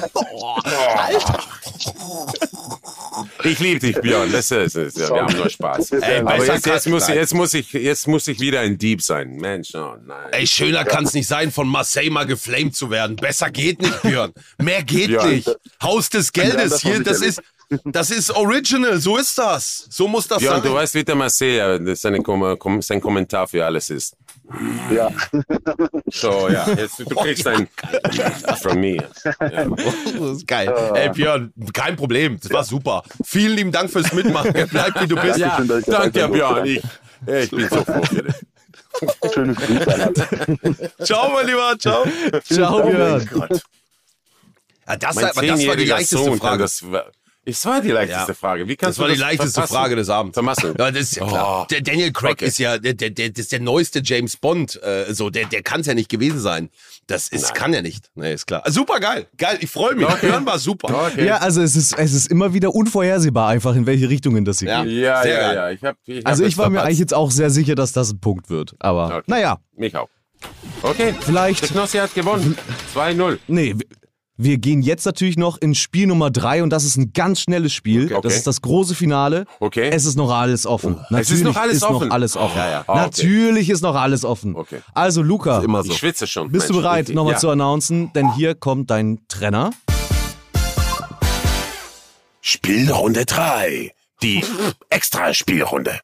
Ich liebe dich, Björn. Das ist wir haben nur Spaß. Ey, Aber besser jetzt muss ich wieder ein Dieb sein. Mensch, oh nein. Ey, schöner kann's nicht sein, von Marseille mal geflamed zu werden. Besser geht nicht, Björn. Mehr geht Björn. nicht. Haus des Geldes Ja, hier, das ist original. So ist das. So muss das Björn, sein. du weißt, wie der Marseille sein Kommentar für alles ist. Ja. So, ja, jetzt du kriegst ein from me. Ja. Das ist geil. Ey, Björn, kein Problem. Das war super. Vielen lieben Dank fürs Mitmachen. Bleib, wie du bist. Ja, danke, Björn. Ich bin so froh für dich. Schönes Grüß an alle. Ciao, mein Lieber. Ciao. Ciao, Björn. Ja, das Mein war die 10-jähriger leichteste Sohn Frage. Es war die leichteste Frage. Wie kannst Das war du die leichteste verpassen? Frage des Abends. Vermasseln. Ja, das ist ja klar. Oh. Der Daniel Craig Okay. ist ja der ist der neueste James Bond. Der kann es ja nicht gewesen sein. Das ist, kann ja nicht. Nee, ist klar. Super geil. Geil, ich freue mich. Okay. Hören war super. Okay. Ja, also es ist immer wieder unvorhersehbar einfach, in welche Richtungen das hier Ja. geht. Ja, Sehr ja, geil. ja. Ich hab Also es ich war mir verpasst. eigentlich jetzt auch sehr sicher, dass das ein Punkt wird. Aber Okay. naja, Mich auch. Okay. vielleicht... Der Knossi hat gewonnen. 2-0. Nee, wir gehen jetzt natürlich noch in Spiel Nummer 3 und das ist ein ganz schnelles Spiel. Okay. Das ist das große Finale. Okay. Es ist noch alles offen. Es ist noch alles ist offen? Noch alles offen. Ja, ja. Ah, okay. Natürlich ist noch alles offen. Okay. Also Luca, Immer so. Ich schwitze schon. bist du Mensch. bereit, nochmal Ja. zu announcen? Denn hier kommt dein Trenner. Spielrunde 3. Die Extra-Spielrunde.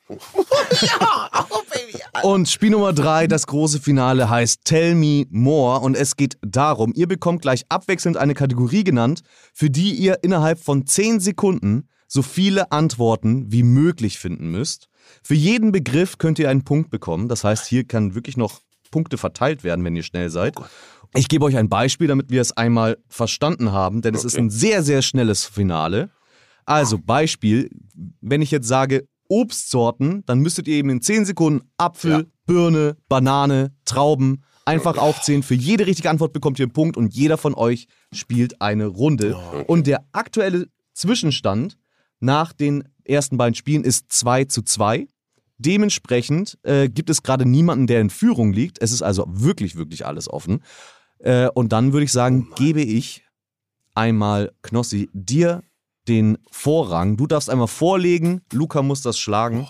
Und Spiel Nummer 3, das große Finale, heißt Tell Me More. Und es geht darum, ihr bekommt gleich abwechselnd eine Kategorie genannt, für die ihr innerhalb von 10 Sekunden so viele Antworten wie möglich finden müsst. Für jeden Begriff könnt ihr einen Punkt bekommen. Das heißt, hier kann wirklich noch Punkte verteilt werden, wenn ihr schnell seid. Ich gebe euch ein Beispiel, damit wir es einmal verstanden haben, denn es ist ein sehr, sehr schnelles Finale. Also Beispiel, wenn ich jetzt sage Obstsorten, dann müsstet ihr eben in 10 Sekunden Apfel, Birne, Banane, Trauben einfach aufzählen. Für jede richtige Antwort bekommt ihr einen Punkt und jeder von euch spielt eine Runde. Und der aktuelle Zwischenstand nach den ersten beiden Spielen ist 2:2. Dementsprechend gibt es gerade niemanden, der in Führung liegt. Es ist also wirklich, wirklich alles offen. Und dann würde ich sagen, gebe ich einmal, Knossi, dir den Vorrang. Du darfst einmal vorlegen, Luca muss das schlagen.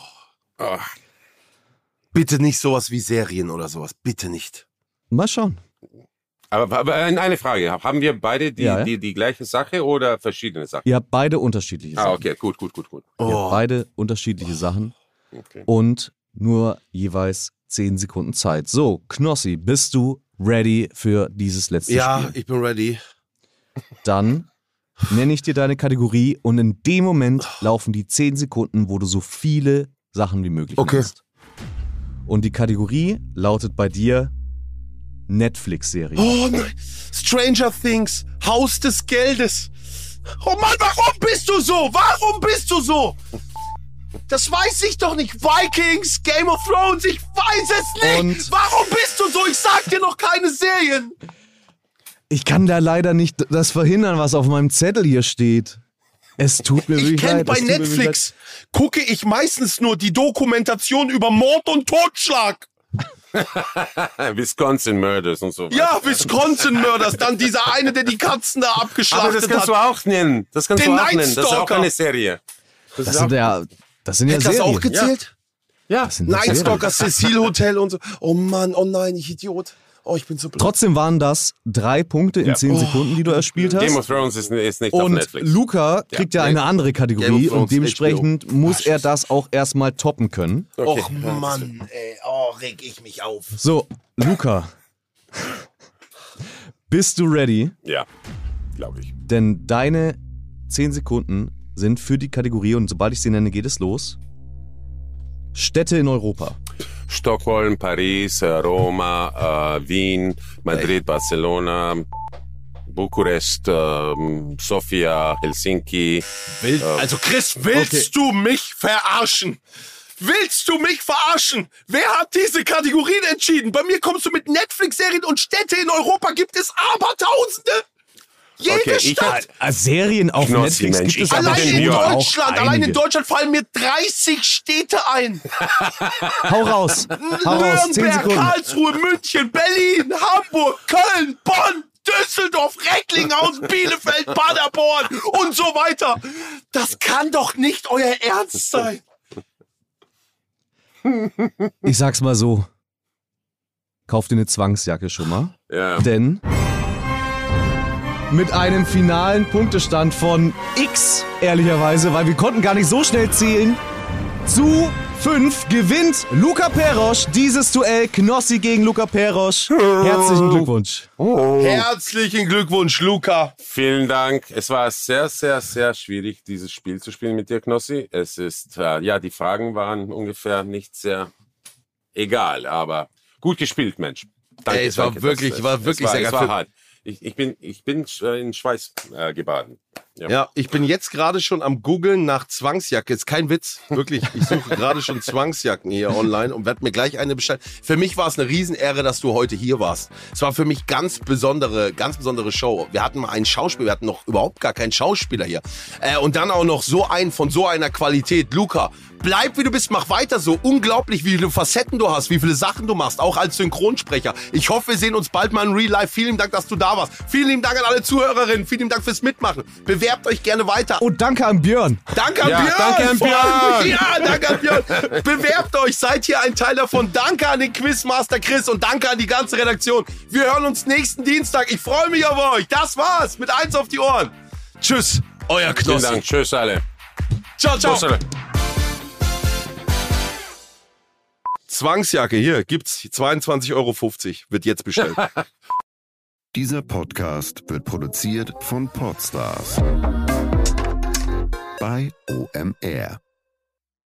Bitte nicht sowas wie Serien oder sowas. Bitte nicht. Mal schauen. Aber eine Frage. Haben wir beide die gleiche Sache oder verschiedene Sachen? Ihr habt beide unterschiedliche Sachen. Okay, gut. Ihr habt beide unterschiedliche Sachen Okay. und nur jeweils 10 Sekunden Zeit. So, Knossi, bist du ready für dieses letzte Spiel? Ich bin ready. Dann nenne ich dir deine Kategorie und in dem Moment laufen die 10 Sekunden, wo du so viele Sachen wie möglich nennst. Und die Kategorie lautet bei dir Netflix-Serie. Oh nein. Stranger Things. Haus des Geldes. Oh Mann, warum bist du so? Warum bist du so? Das weiß ich doch nicht. Vikings, Game of Thrones, ich weiß es nicht. Und- Warum bist du so? Ich sag dir noch keine Serien. Ich kann da leider nicht das verhindern, was auf meinem Zettel hier steht. Es tut mir Ich wirklich kenne leid. bei Netflix, gucke ich meistens nur die Dokumentation über Mord und Totschlag. Wisconsin Murders und so. Ja, Wisconsin Murders. Dann dieser eine, der die Katzen da abgeschlachtet Aber das kannst du hat. auch nennen. Das kannst Den du auch nennen. Das ist auch Nightstalker. eine Serie. Das sind ja Hätte das Serien. auch gezählt? Ja. Das sind ja Night Serien. Stalker, Cecil Hotel und so. Oh Mann, oh nein, ich Idiot. Oh, ich bin so blöd. Trotzdem waren das 3 Punkte in 10 Sekunden, die du erspielt Game hast. of Thrones ist nicht auf Und Netflix. Luca kriegt ja eine andere Game Kategorie of Thrones, und dementsprechend muss er das auch erstmal toppen können. Okay. Och Mann, ey. Oh, reg ich mich auf. So, Luca. Bist du ready? Ja, glaube ich. Denn deine 10 Sekunden sind für die Kategorie und sobald ich sie nenne, geht es los. Städte in Europa. Stockholm, Paris, Roma, Wien, Madrid, Barcelona, Bukarest, Sofia, Helsinki. Also Chris, willst du mich verarschen? Willst du mich verarschen? Wer hat diese Kategorien entschieden? Bei mir kommst du mit Netflix-Serien und Städte in Europa gibt es Abertausende. Jede Stadt. Serien auf Knossi, Netflix Mensch, gibt es ich aber hab Allein den in New York Deutschland, auch allein in einige. Deutschland fallen mir 30 Städte ein. Hau raus. Hau raus. 10 Nürnberg, Sekunden. Karlsruhe, München, Berlin, Hamburg, Köln, Bonn, Düsseldorf, Recklinghausen, Bielefeld, Paderborn und so weiter. Das kann doch nicht euer Ernst sein. Ich sag's mal so. Kauf dir eine Zwangsjacke schon mal. Ja. Denn mit einem finalen Punktestand von X, ehrlicherweise, weil wir konnten gar nicht so schnell zählen, zu 5 gewinnt Luca Perosch dieses Duell. Knossi gegen Luca Perosch. Herzlichen Glückwunsch. Herzlichen Glückwunsch, Luca. Vielen Dank. Es war sehr, sehr, sehr schwierig, dieses Spiel zu spielen mit dir, Knossi. Es ist, die Fragen waren ungefähr nicht sehr egal, aber gut gespielt, Mensch. Danke, Ey, es war wirklich sehr geil. Es war hart. Ich bin in Schweiß gebaden. Ja, ich bin jetzt gerade schon am Googlen nach Zwangsjacke. Ist kein Witz, wirklich. Ich suche gerade schon Zwangsjacken hier online und werde mir gleich eine bestellen. Für mich war es eine Riesenehre, dass du heute hier warst. Es war für mich ganz besondere Show. Wir hatten mal einen Schauspieler, wir hatten noch überhaupt gar keinen Schauspieler hier. Und dann auch noch so einen von so einer Qualität. Luca, bleib wie du bist, mach weiter so. Unglaublich, wie viele Facetten du hast, wie viele Sachen du machst, auch als Synchronsprecher. Ich hoffe, wir sehen uns bald mal in Real Life. Vielen Dank, dass du da warst. Vielen lieben Dank an alle Zuhörerinnen. Vielen Dank fürs Mitmachen. Bewerbt euch gerne weiter. Und danke an Björn. Danke an Björn. Danke an Björn. Ja, danke an Björn. Bewerbt euch, seid hier ein Teil davon. Danke an den Quizmaster Chris und danke an die ganze Redaktion. Wir hören uns nächsten Dienstag. Ich freue mich auf euch. Das war's mit 1 auf die Ohren. Tschüss, euer Vielen Knossi. Dank. Tschüss alle. Ciao, ciao. Tschüss alle. Zwangsjacke, hier gibt's 22,50 €. Wird jetzt bestellt. Dieser Podcast wird produziert von Podstars bei OMR.